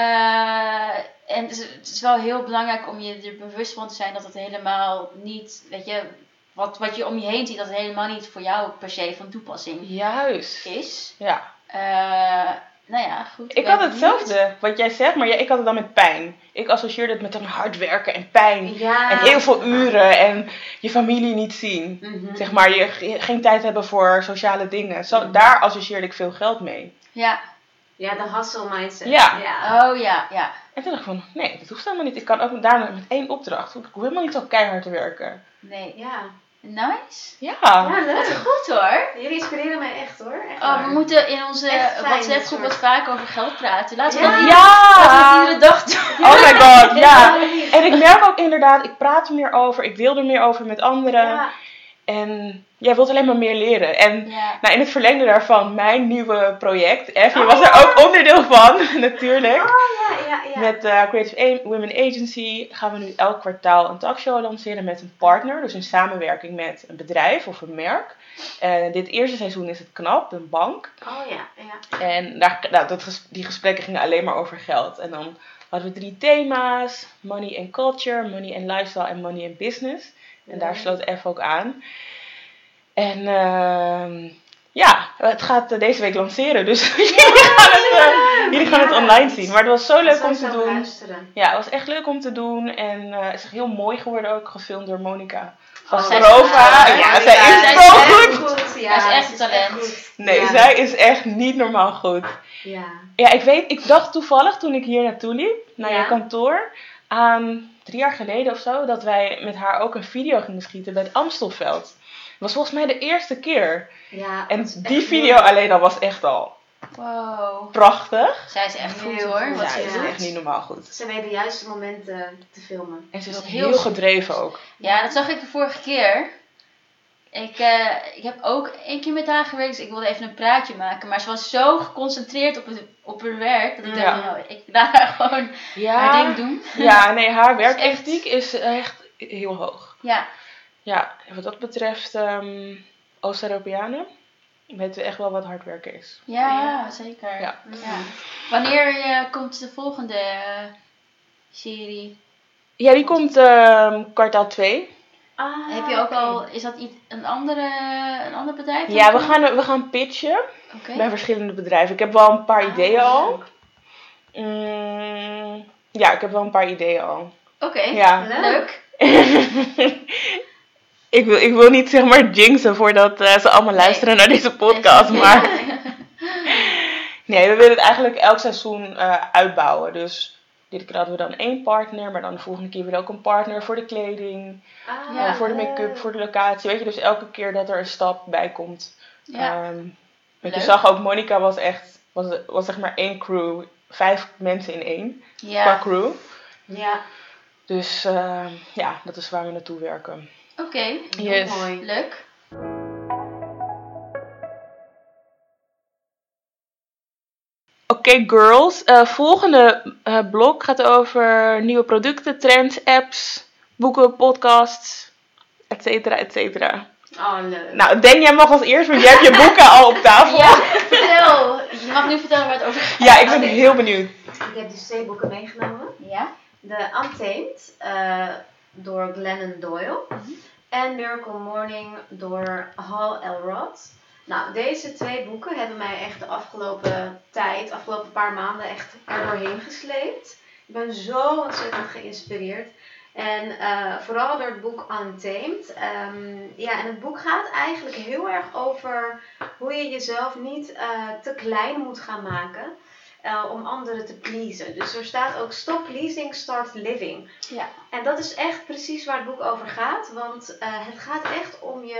en het is wel heel belangrijk om je er bewust van te zijn dat het helemaal niet... Weet je... Wat je om je heen ziet, dat het helemaal niet voor jou per se van toepassing Juist. is. Ja. nou ja, goed. Ik had hetzelfde, wat jij zegt, maar ik had het dan met pijn. Ik associeerde het met dan hard werken en pijn. Ja. En heel veel uren en je familie niet zien. Mhm. Zeg maar, je geen tijd hebben voor sociale dingen. Daar associeerde ik veel geld mee. Ja. Ja, de hustle mindset. Ja. Oh ja. En toen dacht ik van, nee, dat hoeft helemaal niet. Ik kan ook daar met 1 opdracht. Ik hoef helemaal niet zo keihard te werken. Nee. Ja. Nice. Ja. Ja, leuk. Dat is goed hoor. Jullie inspireren mij echt hoor. Echt Oh, waar. we moeten in onze Echt fijn, WhatsApp dit groep soort. wat vaker over geld praten. Laten we Ja. dat Ja! iedere dag doen. Oh my god, ja. lief. En ik merk ook inderdaad, ik praat er meer over. Ik deel er meer over met anderen. Ja. En jij wilt alleen maar meer leren. En Ja. nou, in het verlengde daarvan, mijn nieuwe project. Effie was er ook onderdeel van, natuurlijk. Ja. Met Creative Women Agency gaan we nu elk kwartaal een talkshow lanceren met een partner. Dus in samenwerking met een bedrijf of een merk. Dit eerste seizoen is het KNAP, een bank. Oh ja. En die gesprekken gingen alleen maar over geld. En dan hadden we 3 thema's. Money and culture, money and lifestyle en money and business. En daar sloot F ook aan. En het gaat deze week lanceren. Dus jullie gaan het online zien. Maar het was zo leuk om te doen. Luisteren. Ja, het was echt leuk om te doen. En het is echt heel mooi geworden ook. Gefilmd door Monica van Oh, Verova. zij is- Ja, zij zij is is zo echt goed. Ja, Zij is echt ze een talent. goed. Nee, Ja. zij is echt niet normaal goed. Ja. Ja, ik dacht toevallig toen ik hier naartoe liep, naar je kantoor, 3 jaar geleden of zo, dat wij met haar ook een video gingen schieten bij het Amstelveld. Dat was volgens mij de eerste keer. Ja, En dat is die echt video heel- alleen al was echt al Wow. prachtig. Zij is echt goed Heel hoor. goed. Wat Ja, ze ze is doet. echt niet normaal goed. Ze weet de juiste momenten te filmen. En ze is Dat ook is heel heel gedreven ook. Ja, dat zag ik de vorige keer. Ik heb ook 1 keer met haar gewerkt, dus ik wilde even een praatje maken. Maar ze was zo geconcentreerd op haar werk, dat ik dacht, nou, ik laat haar gewoon haar ding doen. Ja, nee, haar werkethiek is echt heel hoog. Ja. Ja, en wat dat betreft, Oost-Europeanen weten echt wel wat hard werken is. Ja, zeker. Ja. Ja. Wanneer komt de volgende serie? Ja, die komt kwartaal 2. Heb je ook al, is dat een ander bedrijf? Ja, we gaan pitchen Oké. bij verschillende bedrijven. Ik heb wel een paar ideeën al. Ja, ik heb wel een paar ideeën al. Oké, Ja. leuk. Ik wil niet zeg maar jinxen voordat ze allemaal luisteren naar deze podcast. Maar nee, we willen het eigenlijk elk seizoen uitbouwen. Dus dit keer hadden we dan 1 partner, maar dan de volgende keer weer ook een partner voor de kleding. Ja, voor de make-up, voor de locatie. Weet je, dus elke keer dat er een stap bij komt. Ja. Want je Leuk. zag ook, Monica was zeg maar 1 crew. 5 mensen in 1 qua Ja. crew. Ja, Dus ja, dat is waar we naartoe werken. Oké, Yes. mooi. leuk. Oké, girls. Volgende blok gaat over nieuwe producten, trends, apps, boeken, podcasts, et cetera, et cetera. Oh, leuk. Nou, denk jij mag als eerst, want jij hebt je boeken al op tafel. Ja, vertel. Je mag nu vertellen waar het over gaat. Ja, ik ben heel benieuwd. Ik heb dus 2 boeken meegenomen. Ja? The Untamed door Glennon Doyle. En Miracle Morning door Hal Elrod. Nou, deze 2 boeken hebben mij echt de afgelopen paar maanden echt er doorheen gesleept. Ik ben zo ontzettend geïnspireerd. En vooral door het boek Untamed. En het boek gaat eigenlijk heel erg over hoe je jezelf niet te klein moet gaan maken. Om anderen te pleasen. Dus er staat ook stop pleasing, start living. Ja. En dat is echt precies waar het boek over gaat. Want het gaat echt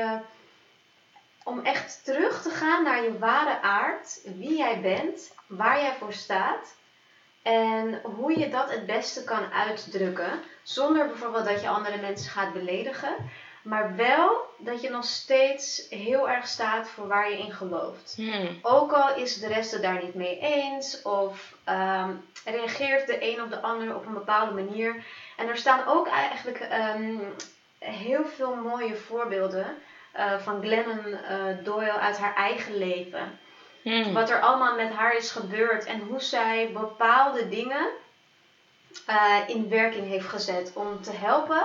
om echt terug te gaan naar je ware aard. Wie jij bent, waar jij voor staat. En hoe je dat het beste kan uitdrukken. Zonder bijvoorbeeld dat je andere mensen gaat beledigen. Maar wel dat je nog steeds heel erg staat voor waar je in gelooft. Ook al is de rest het daar niet mee eens. Of reageert de een of de ander op een bepaalde manier. En er staan ook eigenlijk heel veel mooie voorbeelden van Glennon Doyle uit haar eigen leven. Wat er allemaal met haar is gebeurd. En hoe zij bepaalde dingen in werking heeft gezet. Om te helpen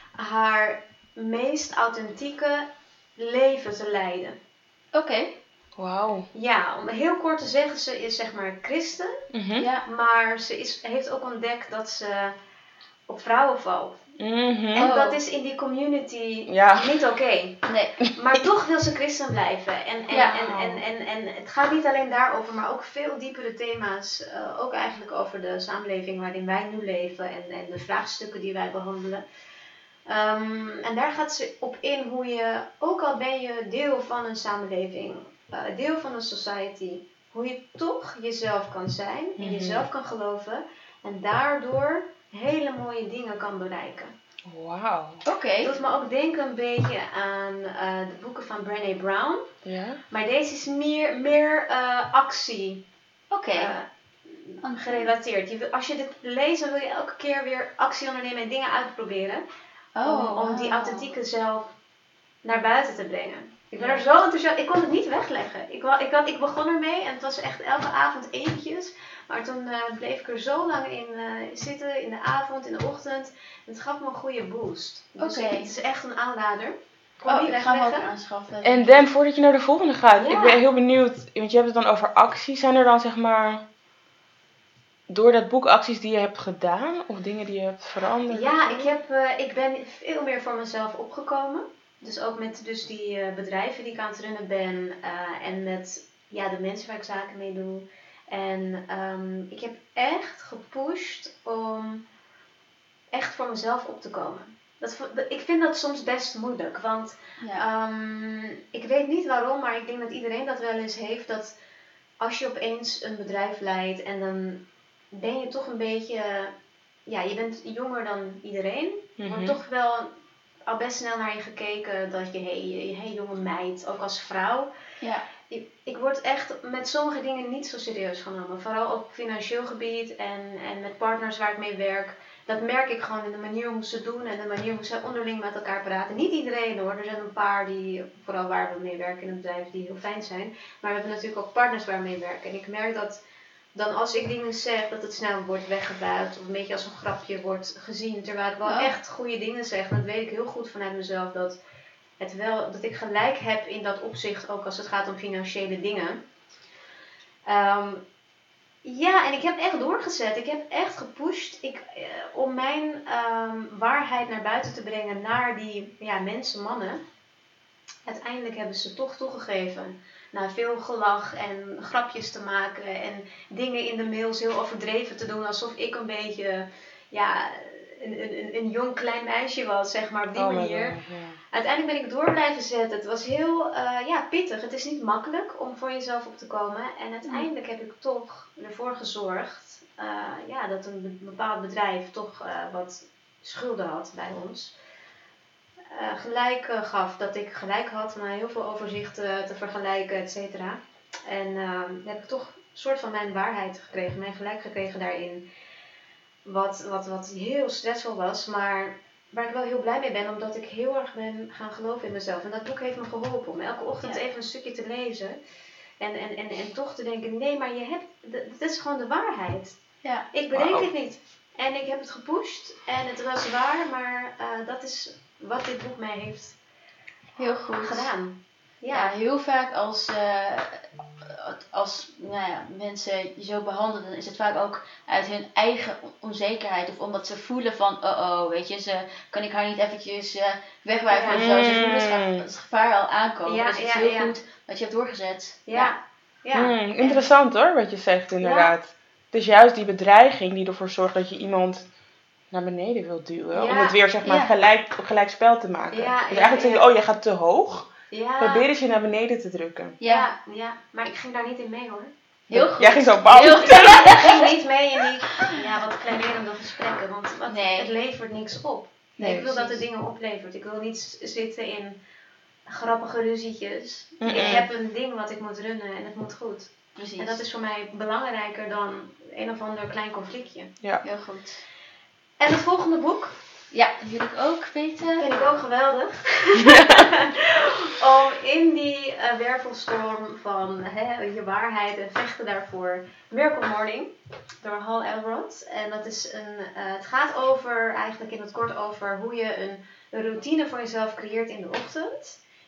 haar meest authentieke leven te leiden. Oké. Wauw. Ja, om heel kort te zeggen, ze is zeg maar christen. Ja. Maar ze heeft ook ontdekt dat ze op vrouwen valt. Mhm. En dat is in die community niet oké. Nee. Maar toch wil ze christen blijven. En het gaat niet alleen daarover, maar ook veel diepere thema's. Ook eigenlijk over de samenleving waarin wij nu leven en de vraagstukken die wij behandelen. En daar gaat ze op in hoe je, ook al ben je deel van een samenleving, deel van een society, hoe je toch jezelf kan zijn, in jezelf kan geloven en daardoor hele mooie dingen kan bereiken. Wauw. Oké. Het doet me ook denken een beetje aan de boeken van Brené Brown. Ja. Maar deze is meer actie gerelateerd. Als je dit leest, dan wil je elke keer weer actie ondernemen en dingen uitproberen. Om die authentieke zelf naar buiten te brengen. Ik ben er zo enthousiast. Ik kon het niet wegleggen. Ik begon ermee en het was echt elke avond eventjes. Maar toen bleef ik er zo lang in zitten, in de avond, in de ochtend. Het gaf me een goede boost. Dus het is echt een aanrader. Ik ga hem ook aanschaffen. En Dan, voordat je naar de volgende gaat, ik ben heel benieuwd, want je hebt het dan over acties. Zijn er dan zeg maar, door dat boek acties die je hebt gedaan of dingen die je hebt veranderd? Ja, ik ben veel meer voor mezelf opgekomen. Dus ook met die bedrijven die ik aan het runnen ben en met de mensen waar ik zaken mee doe. En ik heb echt gepusht om echt voor mezelf op te komen. Ik vind dat soms best moeilijk, want ik weet niet waarom, maar ik denk dat iedereen dat wel eens heeft. Dat als je opeens een bedrijf leidt en dan ben je toch een beetje, je bent jonger dan iedereen, maar toch wel al best snel naar je gekeken dat je, hey jonge meid, ook als vrouw. Ja. Ik word echt met sommige dingen niet zo serieus genomen. Vooral op financieel gebied en met partners waar ik mee werk. Dat merk ik gewoon in de manier hoe ze doen en de manier hoe ze onderling met elkaar praten. Niet iedereen hoor, er zijn een paar die, vooral waar we mee werken in het bedrijf, die heel fijn zijn. Maar we hebben natuurlijk ook partners waar we mee werken. En ik merk dat dan als ik dingen zeg, dat het snel wordt weggebuit of een beetje als een grapje wordt gezien. Terwijl ik wel echt goede dingen zeg. En dat weet ik heel goed vanuit mezelf dat ik gelijk heb in dat opzicht, ook als het gaat om financiële dingen. En ik heb echt doorgezet. Ik heb echt gepusht om mijn waarheid naar buiten te brengen naar die mensen, mannen. Uiteindelijk hebben ze toch toegegeven. Na veel gelach en grapjes te maken en dingen in de mails heel overdreven te doen. Alsof ik een beetje een jong klein meisje was, zeg maar, op die manier. Uiteindelijk ben ik door blijven zetten. Het was heel pittig. Het is niet makkelijk om voor jezelf op te komen. En uiteindelijk heb ik toch ervoor gezorgd dat een bepaald bedrijf toch wat schulden had bij ons. Gelijk gaf dat ik gelijk had na heel veel overzichten te vergelijken, et cetera. En heb ik toch een soort van mijn waarheid gekregen, mijn gelijk gekregen daarin. Wat heel stressvol was, maar waar ik wel heel blij mee ben, omdat ik heel erg ben gaan geloven in mezelf. En dat boek heeft me geholpen om elke ochtend even een stukje te lezen. En toch te denken, nee, maar dat is gewoon de waarheid. Ja. Ik bedenk het niet. En ik heb het gepusht en het was waar, maar dat is wat dit boek mij heeft heel goed gedaan. Ja, heel vaak als mensen je zo behandelen, dan is het vaak ook uit hun eigen onzekerheid. Of omdat ze voelen van, weet je, kan ik haar niet eventjes wegwijven of zo. Ze voelen het gevaar al aankomen. Dus het is heel goed dat je hebt doorgezet. Interessant hoor, wat je zegt inderdaad. Ja. Het is juist die bedreiging die ervoor zorgt dat je iemand naar beneden wilt duwen. Om het weer zeg maar gelijk spel te maken. Dus eigenlijk zeg je, jij gaat te hoog. Ja. Probeer eens je naar beneden te drukken. Ja, maar ik ging daar niet in mee hoor. Heel goed. Jij ging zo bouwen. Ik ging niet mee in die wat kleinerende gesprekken, want het levert niks op. Nee, ik wil dat het dingen oplevert. Ik wil niet zitten in grappige ruzietjes. Ik heb een ding wat ik moet runnen en het moet goed. Precies. En dat is voor mij belangrijker dan een of ander klein conflictje. Ja. Heel goed. En het volgende boek? Ja, dat wil ik ook weten. Vind ik ook geweldig. Om in die wervelstorm van je waarheid en vechten daarvoor. Miracle Morning door Hal Elrod. En dat is het gaat over, eigenlijk in het kort over hoe je een routine voor jezelf creëert in de ochtend.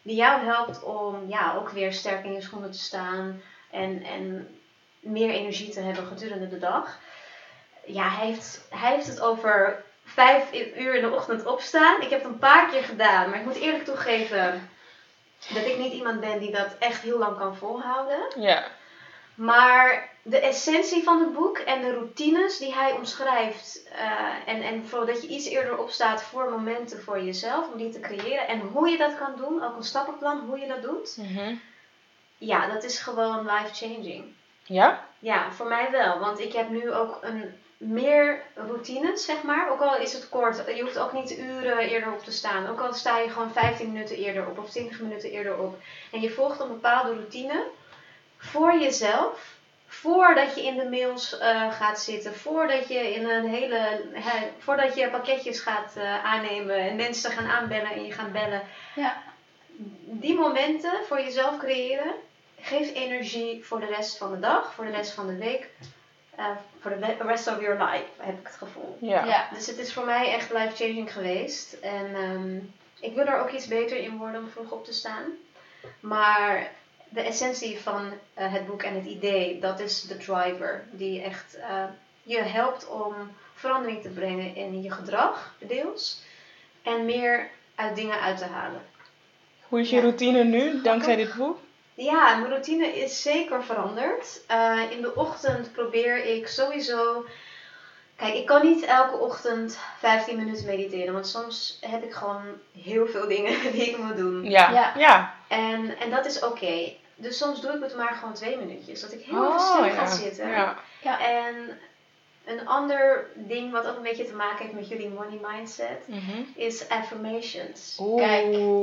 die jou helpt om ook weer sterk in je schoenen te staan en meer energie te hebben gedurende de dag. Ja, hij heeft het over 5 uur in de ochtend opstaan. Ik heb het een paar keer gedaan, maar ik moet eerlijk toegeven dat ik niet iemand ben die dat echt heel lang kan volhouden. Ja. Maar de essentie van het boek en de routines die hij omschrijft en vooral dat je iets eerder opstaat voor momenten voor jezelf, om die te creëren en hoe je dat kan doen, ook een stappenplan hoe je dat doet. Ja, dat is gewoon life-changing. Ja? Ja, voor mij wel, want ik heb nu ook meer routines, zeg maar. Ook al is het kort, je hoeft ook niet uren eerder op te staan. Ook al sta je gewoon 15 minuten eerder op of 20 minuten eerder op. En je volgt een bepaalde routine voor jezelf. Voordat je in de mails gaat zitten. Voordat je voordat je pakketjes gaat aannemen en mensen gaan aanbellen en je gaat bellen. Ja. Die momenten voor jezelf creëren geeft energie voor de rest van de dag, voor de rest van de week. For the rest of your life, heb ik het gevoel. Ja. Dus het is voor mij echt life-changing geweest. En ik wil er ook iets beter in worden om vroeg op te staan. Maar de essentie van het boek en het idee, dat is de driver. Die echt je helpt om verandering te brengen in je gedrag, deels. En meer uit dingen uit te halen. Hoe is je routine nu, dankzij dit boek? Ja, mijn routine is zeker veranderd. In de ochtend probeer ik sowieso... Kijk, ik kan niet elke ochtend 15 minuten mediteren. Want soms heb ik gewoon heel veel dingen die ik moet doen. Ja. En dat is oké. Dus soms doe ik het maar gewoon 2 minuutjes. Dat ik heel even stil ga zitten. Ja. En een ander ding wat ook een beetje te maken heeft met jullie money mindset, is affirmations. Kijk,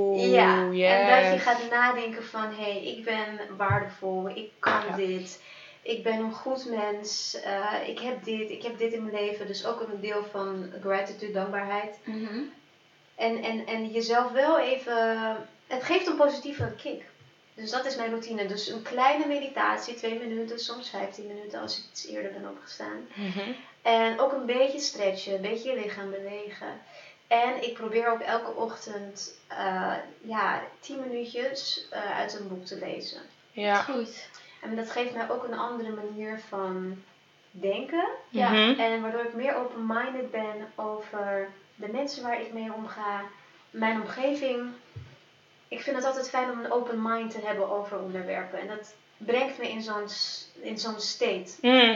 en dat je gaat nadenken van, ik ben waardevol, ik kan dit, ik ben een goed mens, ik heb dit in mijn leven. Dus ook een deel van gratitude, dankbaarheid. En jezelf wel even, het geeft een positieve kick. Dus dat is mijn routine. Dus een kleine meditatie, 2 minuten, soms 15 minuten als ik iets eerder ben opgestaan. En ook een beetje stretchen, een beetje je lichaam bewegen. En ik probeer ook elke ochtend 10 minuutjes uit een boek te lezen. Ja. Goed. En dat geeft mij ook een andere manier van denken. Ja. En waardoor ik meer open-minded ben over de mensen waar ik mee omga, mijn omgeving. Ik vind het altijd fijn om een open mind te hebben over onderwerpen. En dat brengt me in zo'n state.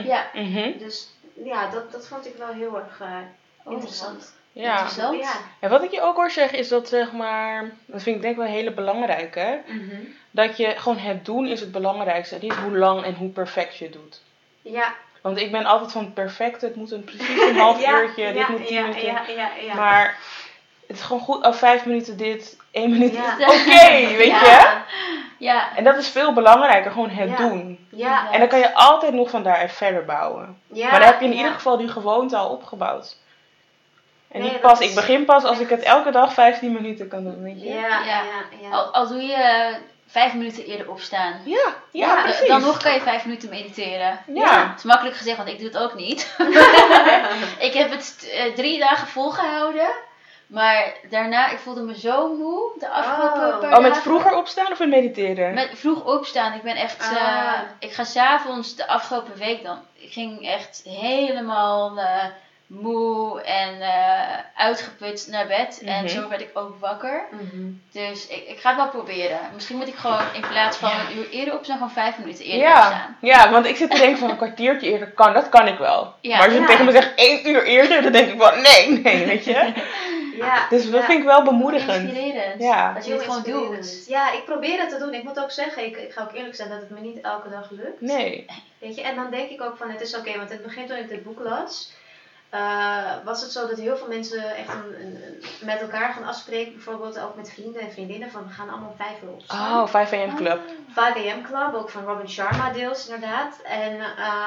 Dus ja, dat vond ik wel heel erg interessant. Ja. Ja. En wat ik je ook hoor zeggen is dat, zeg maar, dat vind ik denk ik wel een hele belangrijke. Dat je gewoon het doen is het belangrijkste. Niet hoe lang en hoe perfect je het doet. Ja. Want ik ben altijd van het perfecte. Het moet precies een half uurtje. Dit moet 10 minuten. Ja. Maar het is gewoon goed. 5 minuten dit. 1 minuut. Ja. Oké, weet je? Ja. En dat is veel belangrijker. Gewoon het doen. Ja. En dan kan je altijd nog van daaruit verder bouwen. Ja. Maar dan heb je in ieder geval die gewoonte al opgebouwd. En niet pas, ik begin pas als ik het elke dag 15 minuten kan doen, weet je? Ja. Al doe je 5 minuten eerder opstaan. Ja, precies. Dan nog kan je 5 minuten mediteren. Ja. Het is makkelijk gezegd, want ik doe het ook niet. Ik heb het 3 dagen volgehouden. Maar daarna, ik voelde me zo moe de afgelopen paar dagen. Met vroeger opstaan of met mediteren? Met vroeg opstaan. Ik ben echt... ik ga 's avonds de afgelopen week dan... Ik ging echt helemaal moe en uitgeput naar bed. En zo werd ik ook wakker. Dus ik ga het wel proberen. Misschien moet ik gewoon in plaats van een uur eerder opstaan, gewoon 5 minuten eerder opstaan. Ja, want ik zit te denken van een kwartiertje eerder kan. Dat kan ik wel. Ja. Maar als je tegen me zegt 1 uur eerder, dan denk ik wel nee, weet je. Dus dat vind ik wel bemoedigend. Inspirerend. Ja. Dat je het gewoon doet. Ja, ik probeer het te doen. Ik moet ook zeggen, ik ga ook eerlijk zijn dat het me niet elke dag lukt. Nee. Weet je, en dan denk ik ook van het is oké, want in het begin toen ik dit boek las, was het zo dat heel veel mensen echt met elkaar gaan afspreken, bijvoorbeeld ook met vrienden en vriendinnen, van we gaan allemaal 5 uur opstaan. 5 AM Club. 5 AM Club, ook van Robin Sharma deels inderdaad. En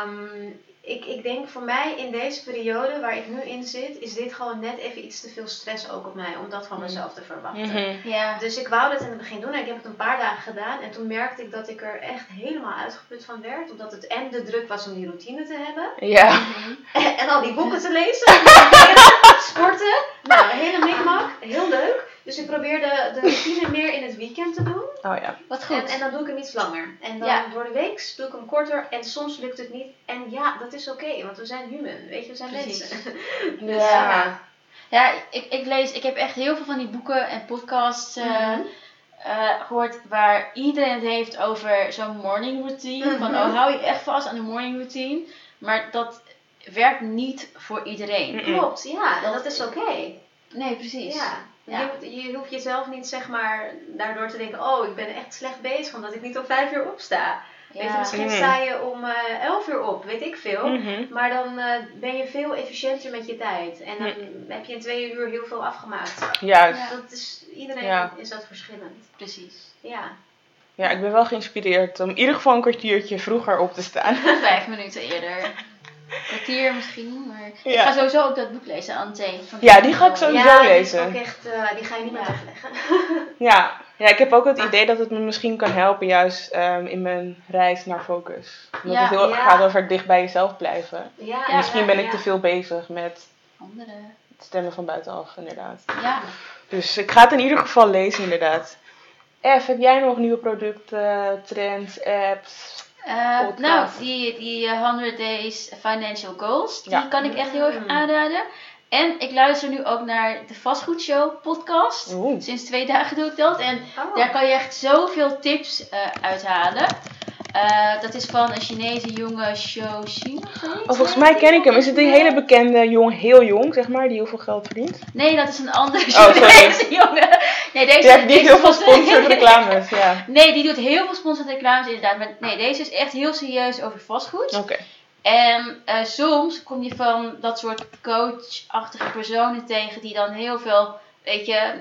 ik denk voor mij in deze periode waar ik nu in zit, is dit gewoon net even iets te veel stress ook op mij, om dat van mezelf te verwachten. Ja. Dus ik wou dat in het begin doen en ik heb het een paar dagen gedaan en toen merkte ik dat ik er echt helemaal uitgeput van werd, omdat het en de druk was om die routine te hebben. Ja. En al die boeken te lezen, sporten, nou, hele mikmak, heel leuk. Dus ik probeer de routine meer in het weekend te doen. Oh ja. Wat goed. En dan doe ik hem iets langer. En dan door de week doe ik hem korter. En soms lukt het niet. En ja, dat is oké, want we zijn human. Weet je, we zijn mensen. Dus, ja, ik heb echt heel veel van die boeken en podcasts gehoord waar iedereen het heeft over zo'n morning routine. Van, hou je echt vast aan de morning routine. Maar dat werkt niet voor iedereen. Klopt, ja. Dat is oké. Nee, precies. Ja. Je hoeft jezelf niet, zeg maar, daardoor te denken, oh, ik ben echt slecht bezig omdat ik niet om 5 uur opsta. Weet je, misschien sta je om 11 uur op, weet ik veel. Maar dan ben je veel efficiënter met je tijd. En dan heb je in 2 uur heel veel afgemaakt. Juist. Dat is, iedereen is dat verschillend. Precies. Ja, ik ben wel geïnspireerd om in ieder geval een kwartiertje vroeger op te staan. 5 minuten eerder. Kwartier misschien, maar ik ga sowieso ook dat boek lezen, Untamed. Die ga ik sowieso lezen. Ook echt, die ga je niet meer wegleggen. Ja, ik heb ook het idee dat het me misschien kan helpen juist in mijn reis naar focus. Omdat het gaat over dicht bij jezelf blijven. En misschien ben ik te veel bezig met anderen. Het stemmen van buitenaf, inderdaad. Ja. Dus ik ga het in ieder geval lezen, inderdaad. Heb jij nog nieuwe producten, trends, apps? Nou, die 100 Days Financial Goals, die kan ik echt heel erg aanraden. En ik luister nu ook naar de Vastgoedshow podcast. Sinds 2 dagen doe ik dat. En daar kan je echt zoveel tips uithalen. Dat is van een Chinese jonge Shou Xin. Volgens mij ken ik hem. Is het die hele bekende jongen, heel jong, zeg maar, die heel veel geld verdient? Nee, dat is een andere Chinese jongen. Nee, deze die heel veel sponsored reclames, Nee, die doet heel veel sponsored reclames inderdaad. Maar nee, deze is echt heel serieus over vastgoed. Oké. En soms kom je van dat soort coachachtige personen tegen die dan heel veel, weet je,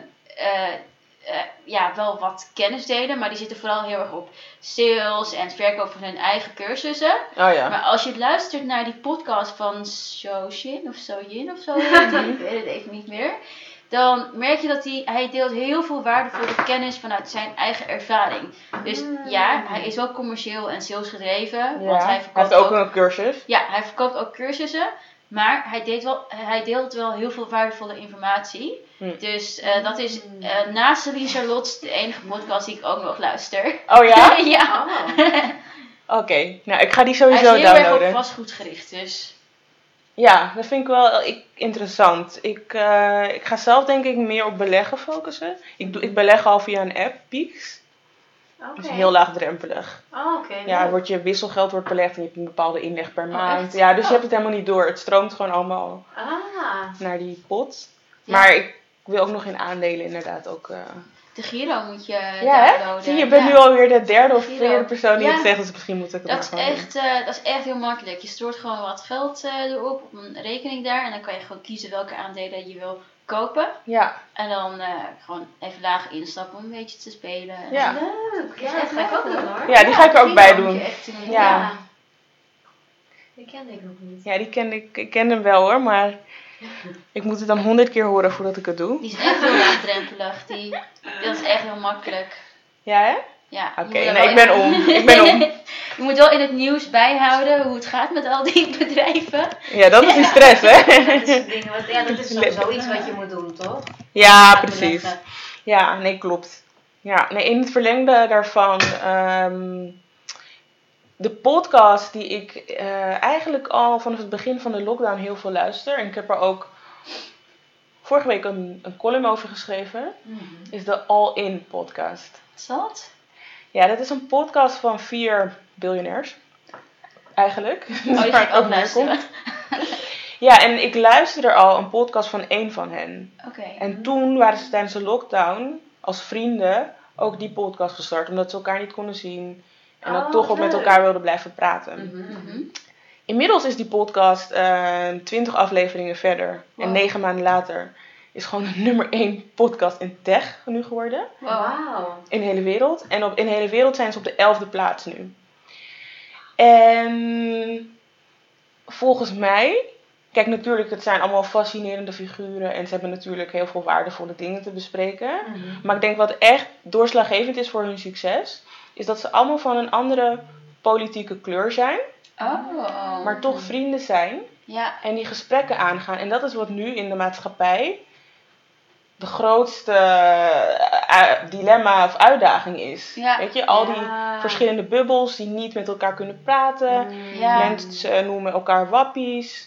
wel wat kennis delen. Maar die zitten vooral heel erg op sales en het verkoop van hun eigen cursussen. Maar als je luistert naar die podcast van Shou-Yin of zo, ik weet het even niet meer. Dan merk je dat hij deelt heel veel waardevolle kennis vanuit zijn eigen ervaring. Dus hij is wel commercieel en salesgedreven. Want hij heeft ook een cursus. Ja, hij verkoopt ook cursussen. Maar hij deelt wel heel veel waardevolle informatie. Dus dat is naast Celine Charlotte de enige podcast die ik ook nog luister. Oh ja? Ja. Oké, nou ik ga die sowieso downloaden. Hij is heel erg op vastgoed gericht, dus... Ja, dat vind ik wel interessant. Ik ga zelf denk ik meer op beleggen focussen. Ik beleg al via een app, Peaks. Dat is heel laagdrempelig. Je wisselgeld wordt belegd en je hebt een bepaalde inleg per maand. Ja, dus je hebt het helemaal niet door. Het stroomt gewoon allemaal naar die pot. Ja. Maar ik wil ook nog in aandelen inderdaad ook... De Giro moet je downloaden. Zie je, bent nu alweer de derde of vierde persoon die het zegt, dus misschien moet ik het dat is echt heel makkelijk. Je stort gewoon wat geld erop op een rekening daar en dan kan je gewoon kiezen welke aandelen je wil kopen. Ja. En dan gewoon even laag instappen om een beetje te spelen. Ja. Leuk. Ja, dat ga ik ook doen hoor. Ja, die ga ik er ook bij doen. Ja. Die kende ik nog niet. Ja, ik ken hem wel hoor, maar ik moet het dan 100 keer horen voordat ik het doe. Die is echt heel laagdrempelig. Dat is echt heel makkelijk. Ja, hè? Ja. Oké, ik ben om. Je moet wel in het nieuws bijhouden hoe het gaat met al die bedrijven. Ja, dat is die stress, hè? Dat is sowieso iets wat je moet doen, toch? Ja, precies. Ja, nee, klopt. Ja, nee, in het verlengde daarvan... de podcast die ik eigenlijk al vanaf het begin van de lockdown heel veel luister. En ik heb er ook vorige week een column over geschreven. Is de All In podcast. Wat is dat? Ja, dat is een podcast van 4 biljonairs. Eigenlijk. Die ga ik ook luisteren. Ja, en ik luisterde al een podcast van 1 van hen. Okay. En toen waren ze tijdens de lockdown als vrienden ook die podcast gestart. Omdat ze elkaar niet konden zien. En dan toch ook met elkaar wilden blijven praten. Inmiddels is die podcast 20 afleveringen verder. Wow. En 9 maanden later is gewoon de nummer 1 podcast in tech nu geworden. Wow. In de hele wereld. En in de hele wereld zijn ze op de 11e plaats nu. En volgens mij... Kijk, natuurlijk, het zijn allemaal fascinerende figuren. En ze hebben natuurlijk heel veel waardevolle dingen te bespreken. Maar ik denk wat echt doorslaggevend is voor hun succes... is dat ze allemaal van een andere politieke kleur zijn. Maar toch vrienden zijn. Ja. En die gesprekken aangaan. En dat is wat nu in de maatschappij de grootste dilemma of uitdaging is. Ja. Weet je, al die verschillende bubbels die niet met elkaar kunnen praten. Mensen noemen elkaar wappies.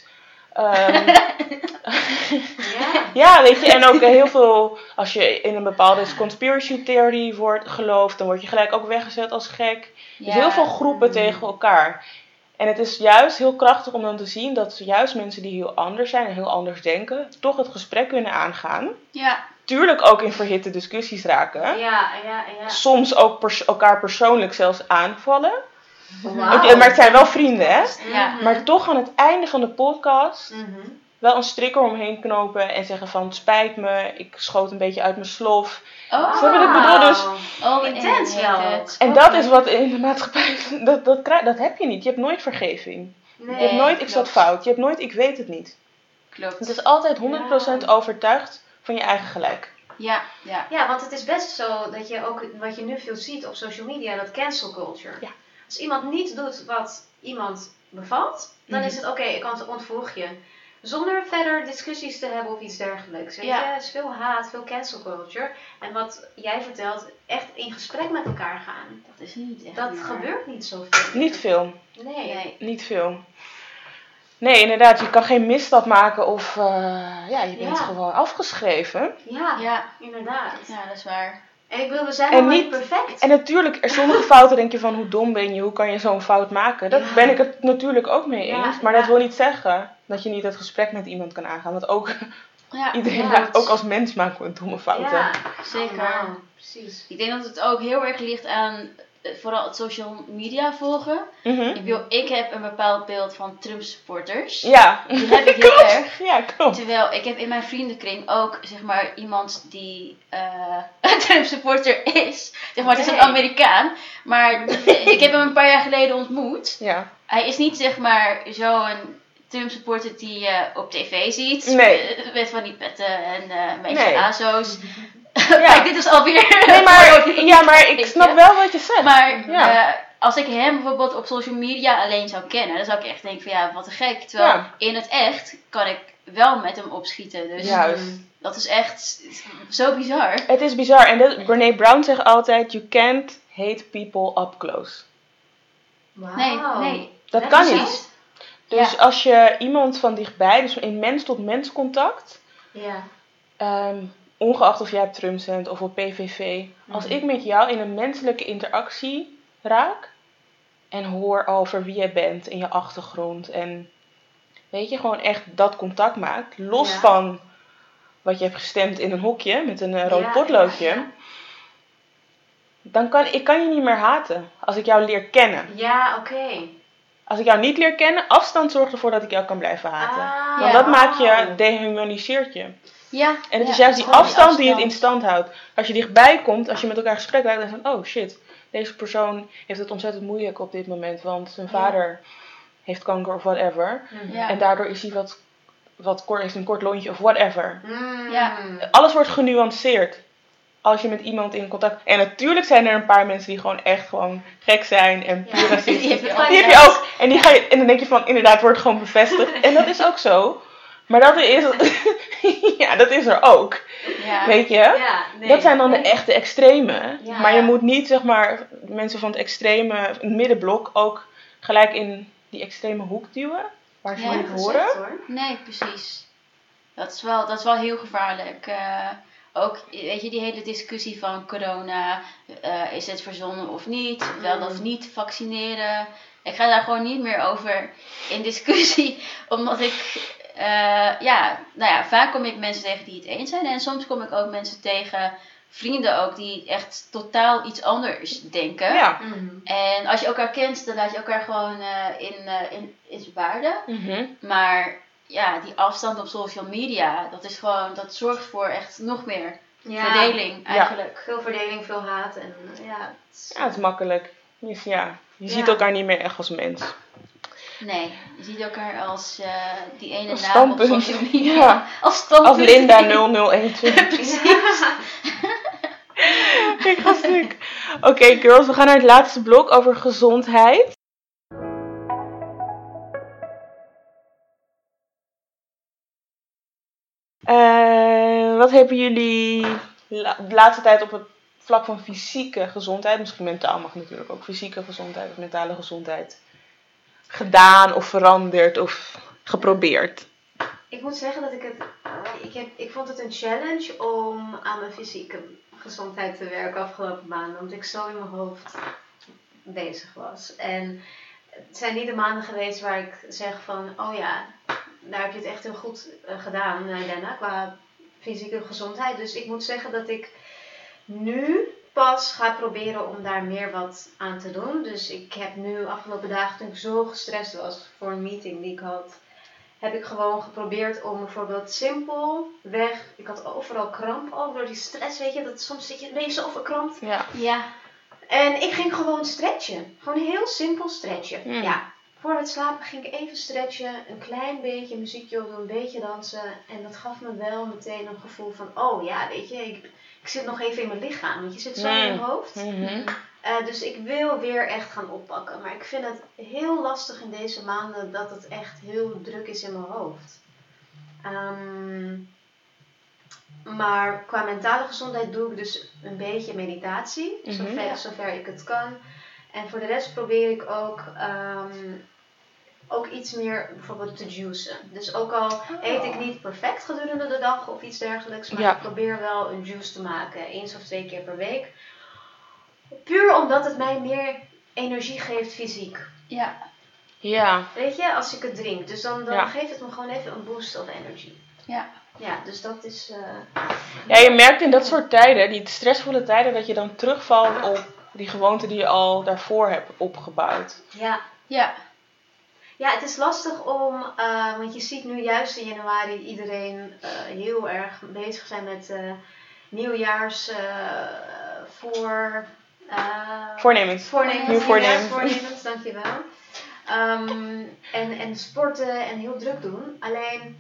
Ja, weet je, en ook heel veel, als je in een bepaalde conspiracy theorie gelooft, dan word je gelijk ook weggezet als gek. Dus heel veel groepen tegen elkaar. En het is juist heel krachtig om dan te zien dat juist mensen die heel anders zijn en heel anders denken, toch het gesprek kunnen aangaan. Ja. Tuurlijk ook in verhitte discussies raken. Ja. Soms ook elkaar persoonlijk zelfs aanvallen. Wow. Maar het zijn wel vrienden, hè? Ja. Maar toch aan het einde van de podcast wel een strikker omheen knopen en zeggen van, het spijt me, ik schoot een beetje uit mijn slof. Oh, Snap je wat ik bedoel? Dus, intens wel. en dat is wat in de maatschappij, dat heb je niet. Je hebt nooit vergeving. Nee, Je hebt nooit, ik zat fout. Je hebt nooit, ik weet het niet. Klopt. Het is altijd 100% overtuigd van je eigen gelijk. Ja. Ja, want het is best zo dat je ook, wat je nu veel ziet op social media, dat cancel culture. Ja. Als iemand niet doet wat iemand bevalt, dan is het oké, ik ontvolg je. Zonder verder discussies te hebben of iets dergelijks. Weet je, er is veel haat, veel cancel culture. En wat jij vertelt, echt in gesprek met elkaar gaan. Dat is niet echt. Dat gebeurt niet zoveel. Niet veel. Nee. Niet veel. Nee, inderdaad, je kan geen misstap maken of je bent gewoon afgeschreven. Ja, inderdaad. Ja, dat is waar. En ik bedoel, we zijn allemaal niet perfect. En natuurlijk, er sommige fouten denk je van, hoe dom ben je, hoe kan je zo'n fout maken? Daar ben ik het natuurlijk ook mee eens. Maar dat wil niet zeggen dat je niet het gesprek met iemand kan aangaan. Want ook iedereen maakt, ook als mens maken we domme fouten. Ja, zeker. Precies. Ik denk dat het ook heel erg ligt aan vooral het social media volgen. Ik heb een bepaald beeld van Trump supporters. Ja. Die heb ik heel erg. Ja, klopt. Terwijl ik heb in mijn vriendenkring ook, zeg maar, iemand die een Trump supporter is. Zeg maar, het is een Amerikaan. Maar ik heb hem een paar jaar geleden ontmoet. Ja. Hij is niet, zeg maar, zo'n Trump supporter die je op tv ziet. Nee. Met van die petten en een beetje ASO's. Kijk, dit is alweer... maar ik snap wel wat je zegt. Maar als ik hem bijvoorbeeld op social media alleen zou kennen, dan zou ik echt denken van wat een gek. Terwijl in het echt kan ik wel met hem opschieten. Dus dat is echt zo bizar. Het is bizar. En Brené Brown zegt altijd, you can't hate people up close. Wow. Nee. Dat kan niet. Dus als je iemand van dichtbij, dus in mens-tot-mens contact, ongeacht of jij op Trump bent of op PVV, als ik met jou in een menselijke interactie raak en hoor over wie jij bent en je achtergrond en weet je, gewoon echt dat contact maakt, los van wat je hebt gestemd in een hokje met een rood potloodje, dan kan je niet meer haten als ik jou leer kennen. Ja, oké. Als ik jou niet leer kennen, afstand zorgt ervoor dat ik jou kan blijven haten. Want dat maakt je, dehumaniseert je. Ja. En het is juist die afstand die het in stand houdt. Als je dichtbij komt, als je met elkaar gesprek raakt, dan denk je van, oh shit, deze persoon heeft het ontzettend moeilijk op dit moment, want zijn vader heeft kanker of whatever. Ja. En daardoor is hij heeft een kort lontje of whatever. Ja. Alles wordt genuanceerd. Als je met iemand in contact... En natuurlijk zijn er een paar mensen die gewoon echt gek zijn en puur racistisch. Die heb je ook. En dan denk je van, inderdaad, wordt gewoon bevestigd. En dat is ook zo. Maar dat is... dat is er ook. Ja. Weet je? Ja, dat zijn dan de echte extreme. Ja. Maar je moet niet, zeg maar, mensen van het extreme, het middenblok ook gelijk in die extreme hoek duwen. Waar ze niet horen. Nee, precies. Dat is wel heel gevaarlijk. Ook, weet je, die hele discussie van corona, is het verzonnen of niet, wel of niet vaccineren. Ik ga daar gewoon niet meer over in discussie, omdat ik, vaak kom ik mensen tegen die het eens zijn en soms kom ik ook mensen tegen, vrienden ook, die echt totaal iets anders denken. Ja. En als je elkaar kent, dan laat je elkaar gewoon in zijn waarde. Maar ja, die afstand op social media, dat zorgt voor echt nog meer verdeling eigenlijk. Veel verdeling, veel haat en het is makkelijk. Dus je ziet elkaar niet meer echt als mens. Nee, je ziet elkaar als die ene als naam op standpunt. social media. Als standpunt. Als Linda 0012. Precies. Ik ga stuk. Oké, girls, we gaan naar het laatste blok over gezondheid. wat hebben jullie de laatste tijd op het vlak van fysieke gezondheid, misschien mentaal mag natuurlijk ook, fysieke gezondheid of mentale gezondheid, gedaan of veranderd of geprobeerd? Ik moet zeggen dat ik vond het een challenge om aan mijn fysieke gezondheid te werken afgelopen maanden. Omdat ik zo in mijn hoofd bezig was. En het zijn niet de maanden geweest waar ik zeg van, oh ja, daar heb je het echt heel goed gedaan, Denna, qua fysieke gezondheid. Dus ik moet zeggen dat ik nu pas ga proberen om daar meer wat aan te doen. Dus ik heb nu afgelopen dagen, toen ik zo gestrest was voor een meeting die ik had, heb ik gewoon geprobeerd om bijvoorbeeld simpelweg, ik had overal kramp ook door die stress, weet je, dat soms zit je een beetje zo verkrampt. Ja. En ik ging gewoon stretchen. Gewoon heel simpel stretchen. Ja. Voor het slapen ging ik even stretchen, een klein beetje muziekje op doen, een beetje dansen. En dat gaf me wel meteen een gevoel van, oh ja, weet je, ik zit nog even in mijn lichaam. Want je zit zo in je hoofd. Dus ik wil weer echt gaan oppakken. Maar ik vind het heel lastig in deze maanden dat het echt heel druk is in mijn hoofd. Maar qua mentale gezondheid doe ik dus een beetje meditatie. Zover ik het kan. En voor de rest probeer ik ook iets meer bijvoorbeeld te juicen. Dus ook al eet ik niet perfect gedurende de dag of iets dergelijks. Maar ik probeer wel een juice te maken. 1 of 2 keer per week. Puur omdat het mij meer energie geeft fysiek. Ja. Weet je, als ik het drink. Dus dan geeft het me gewoon even een boost of energie. Ja, dus dat is... Ja, je merkt in dat soort tijden, die stressvolle tijden, dat je dan terugvalt op die gewoonte die je al daarvoor hebt opgebouwd. Ja, het is lastig om, want je ziet nu juist in januari iedereen heel erg bezig zijn met nieuwjaars voornemens. Voornemens, dankjewel. En sporten en heel druk doen. Alleen,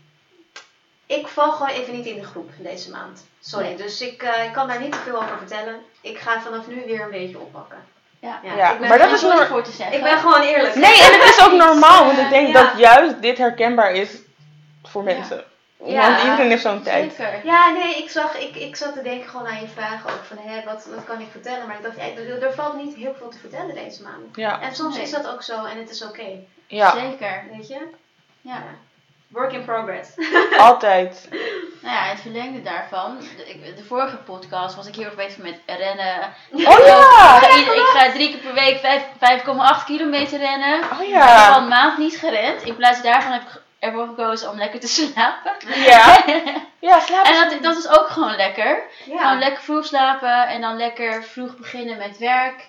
ik val gewoon even niet in de groep deze maand. Sorry, dus ik kan daar niet te veel over vertellen. Ik ga vanaf nu weer een beetje oppakken. Maar dat is voor te zeggen. Ik ben gewoon eerlijk. Nee, en het is ook normaal, want ik denk dat juist dit herkenbaar is voor mensen. Want iedereen heeft zo'n tijd. Zeker. Ja, nee, ik zat te denken gewoon aan je vragen ook van, wat kan ik vertellen? Maar ik dacht, er valt niet heel veel te vertellen deze maand. Ja. En soms is dat ook zo en het is oké. Ja. Zeker. Weet je? Ja. Work in progress. Altijd. Nou ja, het verlengde daarvan. De vorige podcast was ik heel erg bezig met rennen. Oh ja! Ik ga 3 keer per week 5,8 kilometer rennen. Oh Ik ja! heb al een maand niet gerend. In plaats daarvan heb ik ervoor gekozen om lekker te slapen. Ja, slapen. En dat is ook gewoon lekker. Ja. Gewoon lekker vroeg slapen en dan lekker vroeg beginnen met werk.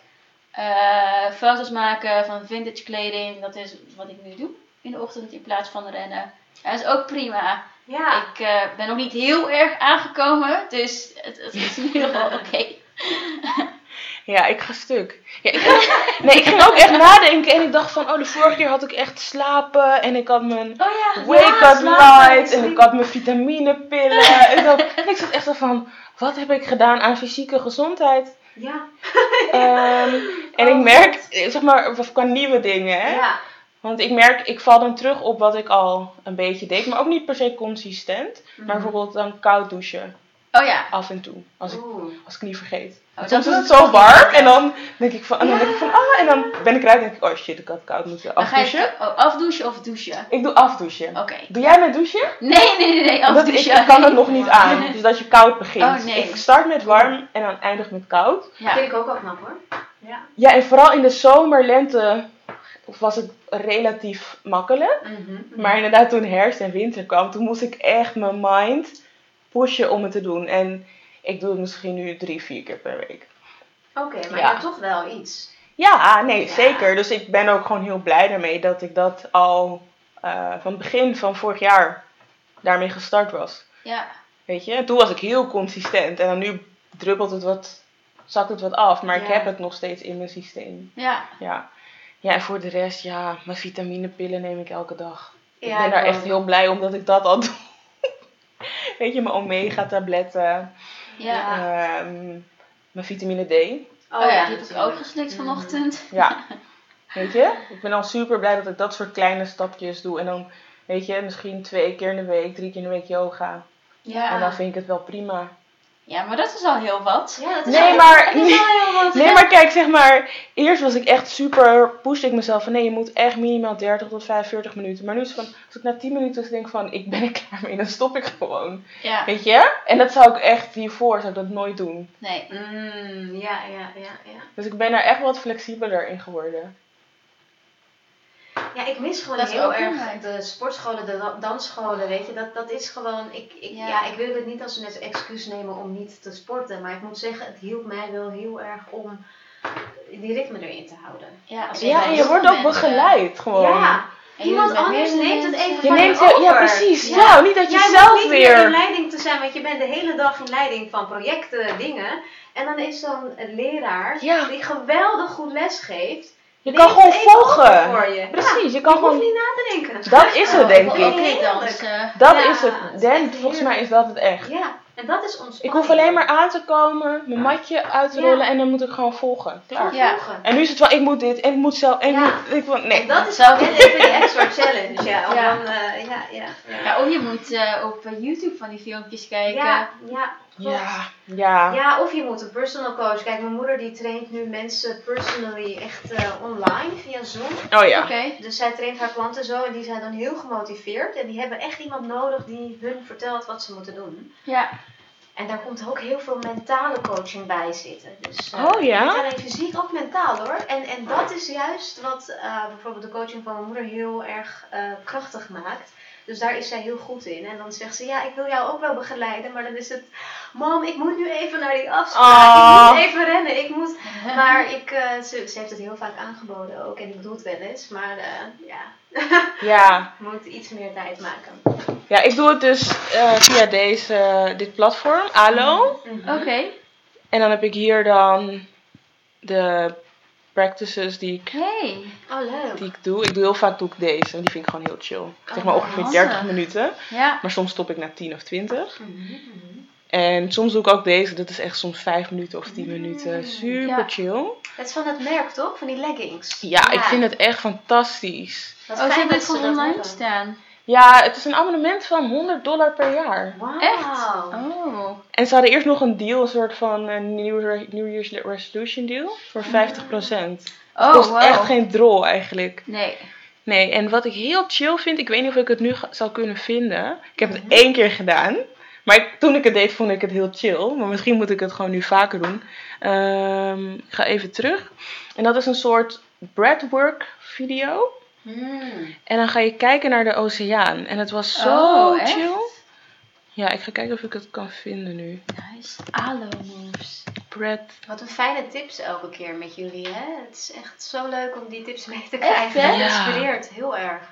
Foto's maken van vintage kleding. Dat is wat ik nu doe in de ochtend in plaats van rennen. Dat is ook prima. Ja. Ik ben nog niet heel erg aangekomen, dus het is nu nog wel oké. Ja, ik ga stuk. Ja, ik ging ook echt nadenken en ik dacht van, de vorige keer had ik echt slapen en ik had mijn wake-up light en ik had mijn vitaminepillen. En ik zat echt zo van, wat heb ik gedaan aan fysieke gezondheid? Ja. En ik merk, zeg maar, qua nieuwe dingen, hè. Ja. Want ik merk, ik val dan terug op wat ik al een beetje deed, maar ook niet per se consistent. Maar bijvoorbeeld dan koud douchen. Oh ja. Af en toe, als ik niet vergeet. Dat soms is het zo warm en dan denk ik van, en dan ben ik eruit en denk ik, oh shit, ik had koud moeten afdouchen. Afdouchen of douchen? Ik doe afdouchen. Oké. Doe jij met douchen? Nee, afdouchen. Ik kan het nog niet aan, dus dat je koud begint. Oh, nee. Ik start met warm en dan eindig met koud. Dat vind ik ook wel knap hoor. Ja, en vooral in de zomer, lente was het relatief makkelijk. Maar inderdaad toen herfst en winter kwam, toen moest ik echt mijn mind pushen om het te doen. En ik doe het misschien nu 3-4 keer per week. Oké, maar ja, toch wel iets. Ja, nee, zeker. Dus ik ben ook gewoon heel blij daarmee dat ik dat al van het begin van vorig jaar daarmee gestart was. Ja. Weet je, en toen was ik heel consistent. En dan nu zakt het wat af. Maar ik heb het nog steeds in mijn systeem. Ja. Ja, en voor de rest, mijn vitaminepillen neem ik elke dag. Ja, ik ben daar echt heel blij omdat ik dat al doe. Weet je, mijn omega-tabletten. Ja. Mijn vitamine D. Die heb ik ook geslikt vanochtend. Ja. Weet je, ik ben al super blij dat ik dat soort kleine stapjes doe. En dan, weet je, misschien 2 keer in de week, 3 keer in de week yoga. Ja. En dan vind ik het wel prima. Ja, maar dat is al heel wat. Ja, dat is Nee, al maar, heel wat. nee, maar kijk, zeg maar, eerst was ik echt super, pushte ik mezelf van nee, je moet echt minimaal 30 tot 45 minuten. Maar nu is het van, als ik na 10 minuten denk van, ik ben er klaar mee, dan stop ik gewoon. Ja. Weet je? En dat zou ik echt, hiervoor zou ik dat nooit doen. Nee. Ja. Dus ik ben daar echt wat flexibeler in geworden. Ja, ik mis gewoon Dat is heel ook erg belangrijk. de sportscholen, de dansscholen, weet je. Dat is gewoon, ik wil het niet als een excuus nemen om niet te sporten. Maar ik moet zeggen, het hielp mij wel heel erg om die ritme erin te houden. Ja, Ja, en je wordt ook begeleid gewoon. Ja, En je iemand doet met anders meerdere neemt het mensen. even Je van neemt je heel, over. ja, precies. Ja. Ja, niet dat je Jij zelf hoeft niet meer in weer... leiding te zijn, want je bent de hele dag in leiding van projecten, dingen. En dan is zo'n leraar die geweldig goed les geeft. Je kan gewoon volgen. Voor je. Precies, je kan Je hoeft gewoon... niet na te denken. Dat is het, denk Ook ik. niet dansen. Dat Ja, is het. het is Dan, echt volgens mij is dat het echt. Ja, en dat is ontspanning. Ik hoef alleen maar aan te komen, mijn matje uit te rollen en dan moet ik gewoon volgen. Klaar. Ja. En nu is het wel, ik moet dit en ik moet zelf en Ja. ik moet, nee. En dat is Zou ook net even die extra challenge. Ja, om Ja. dan, Ja, of je moet op YouTube van die filmpjes kijken. Ja, of je moet een personal coach. Kijk, mijn moeder die traint nu mensen personally echt online via Zoom. Oh ja. Oké. Dus zij traint haar klanten zo en die zijn dan heel gemotiveerd. En die hebben echt iemand nodig die hun vertelt wat ze moeten doen. Ja. En daar komt ook heel veel mentale coaching bij zitten. Dus, Oh ja? niet alleen fysiek, ook mentaal hoor. En dat is juist wat bijvoorbeeld de coaching van mijn moeder heel erg krachtig maakt. Dus daar is zij heel goed in. En dan zegt ze, ja, ik wil jou ook wel begeleiden. Maar dan is het, mam, ik moet nu even naar die afspraak. Ik moet even rennen. Ik moet... Maar ze heeft het heel vaak aangeboden ook. En ik doe het wel eens. Maar Ja. ik moet iets meer tijd maken. Ja, ik doe het dus via dit platform, Alo. Oké. En dan heb ik hier dan de practices die leuk. ik doe. Heel vaak doe ik deze. Die vind ik gewoon heel chill. Zeg maar ongeveer 30 minuten. Ja. Maar soms stop ik na 10 of 20. En soms doe ik ook deze. Dat is echt soms 5 minuten of 10 minuten. Super chill. Het is van het merk toch? Van die leggings. Ja, ik vind het echt fantastisch. Ze hebben het gewoon online staan. Ja, het is een abonnement van $100 per jaar. Wauw. Echt? Oh. En ze hadden eerst nog een deal, een soort van New Year's Resolution deal. Voor 50%. Het kost echt geen drol eigenlijk. Nee, en wat ik heel chill vind, ik weet niet of ik het nu zou kunnen vinden. Ik heb het 1 keer gedaan. Maar toen ik het deed, vond ik het heel chill. Maar misschien moet ik het gewoon nu vaker doen. Ik ga even terug. En dat is een soort breathwork video. En dan ga je kijken naar de oceaan. En het was zo chill. Ja, ik ga kijken of ik het kan vinden nu. Nice. Alo moves. Breath. Wat een fijne tips elke keer met jullie, hè? Het is echt zo leuk om die tips mee te krijgen. Echt, Het hè? inspireert heel erg.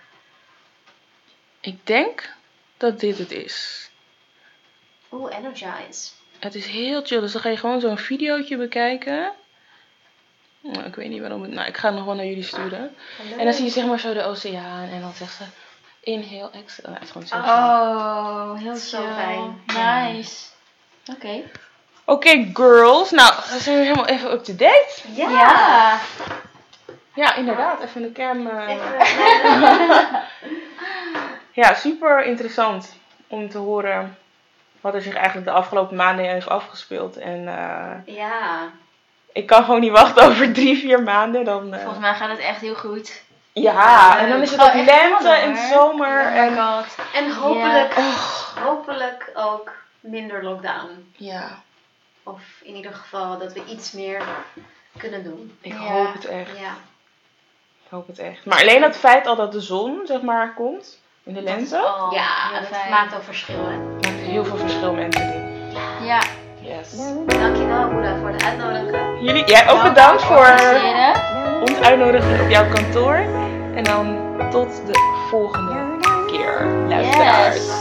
Ik denk dat dit het is. Oeh, energize. Het is heel chill. Dus dan ga je gewoon zo'n videootje bekijken. Nou, ik weet niet waarom het... Nou, ik ga het nog wel naar jullie sturen. En dan zie je zeg maar zo de oceaan. En dan zegt ze... Inhale, exhale. Nou, het is gewoon zo. Oh, heel Zo chill. fijn. Nice. Oké. Oké, girls. Nou, we zijn weer helemaal even up-to-date. Ja. Ja, inderdaad. Even de cam. Ja, super interessant om te horen wat er zich eigenlijk de afgelopen maanden heeft afgespeeld. En Ja. ik kan gewoon niet wachten over 3-4 maanden. Dan, Volgens mij gaat het echt heel goed. ja, en dan is het ook lente en zomer. Oh my god. En hopelijk ook minder lockdown. Ja, Of in ieder geval dat we iets meer kunnen doen. ik hoop het echt. Ja. Ik hoop het echt. Maar alleen het feit al dat de zon, zeg maar, komt in de lente, Ja, heel dat fijn. maakt een verschil, hè? maakt heel veel verschil met ding. Ja. Yes. Dankjewel, Boeda, voor het uitnodigen. Jij ook bedankt voor Organiseren. ons uitnodigen op jouw kantoor. En dan tot de volgende keer, luisteraars. Yes.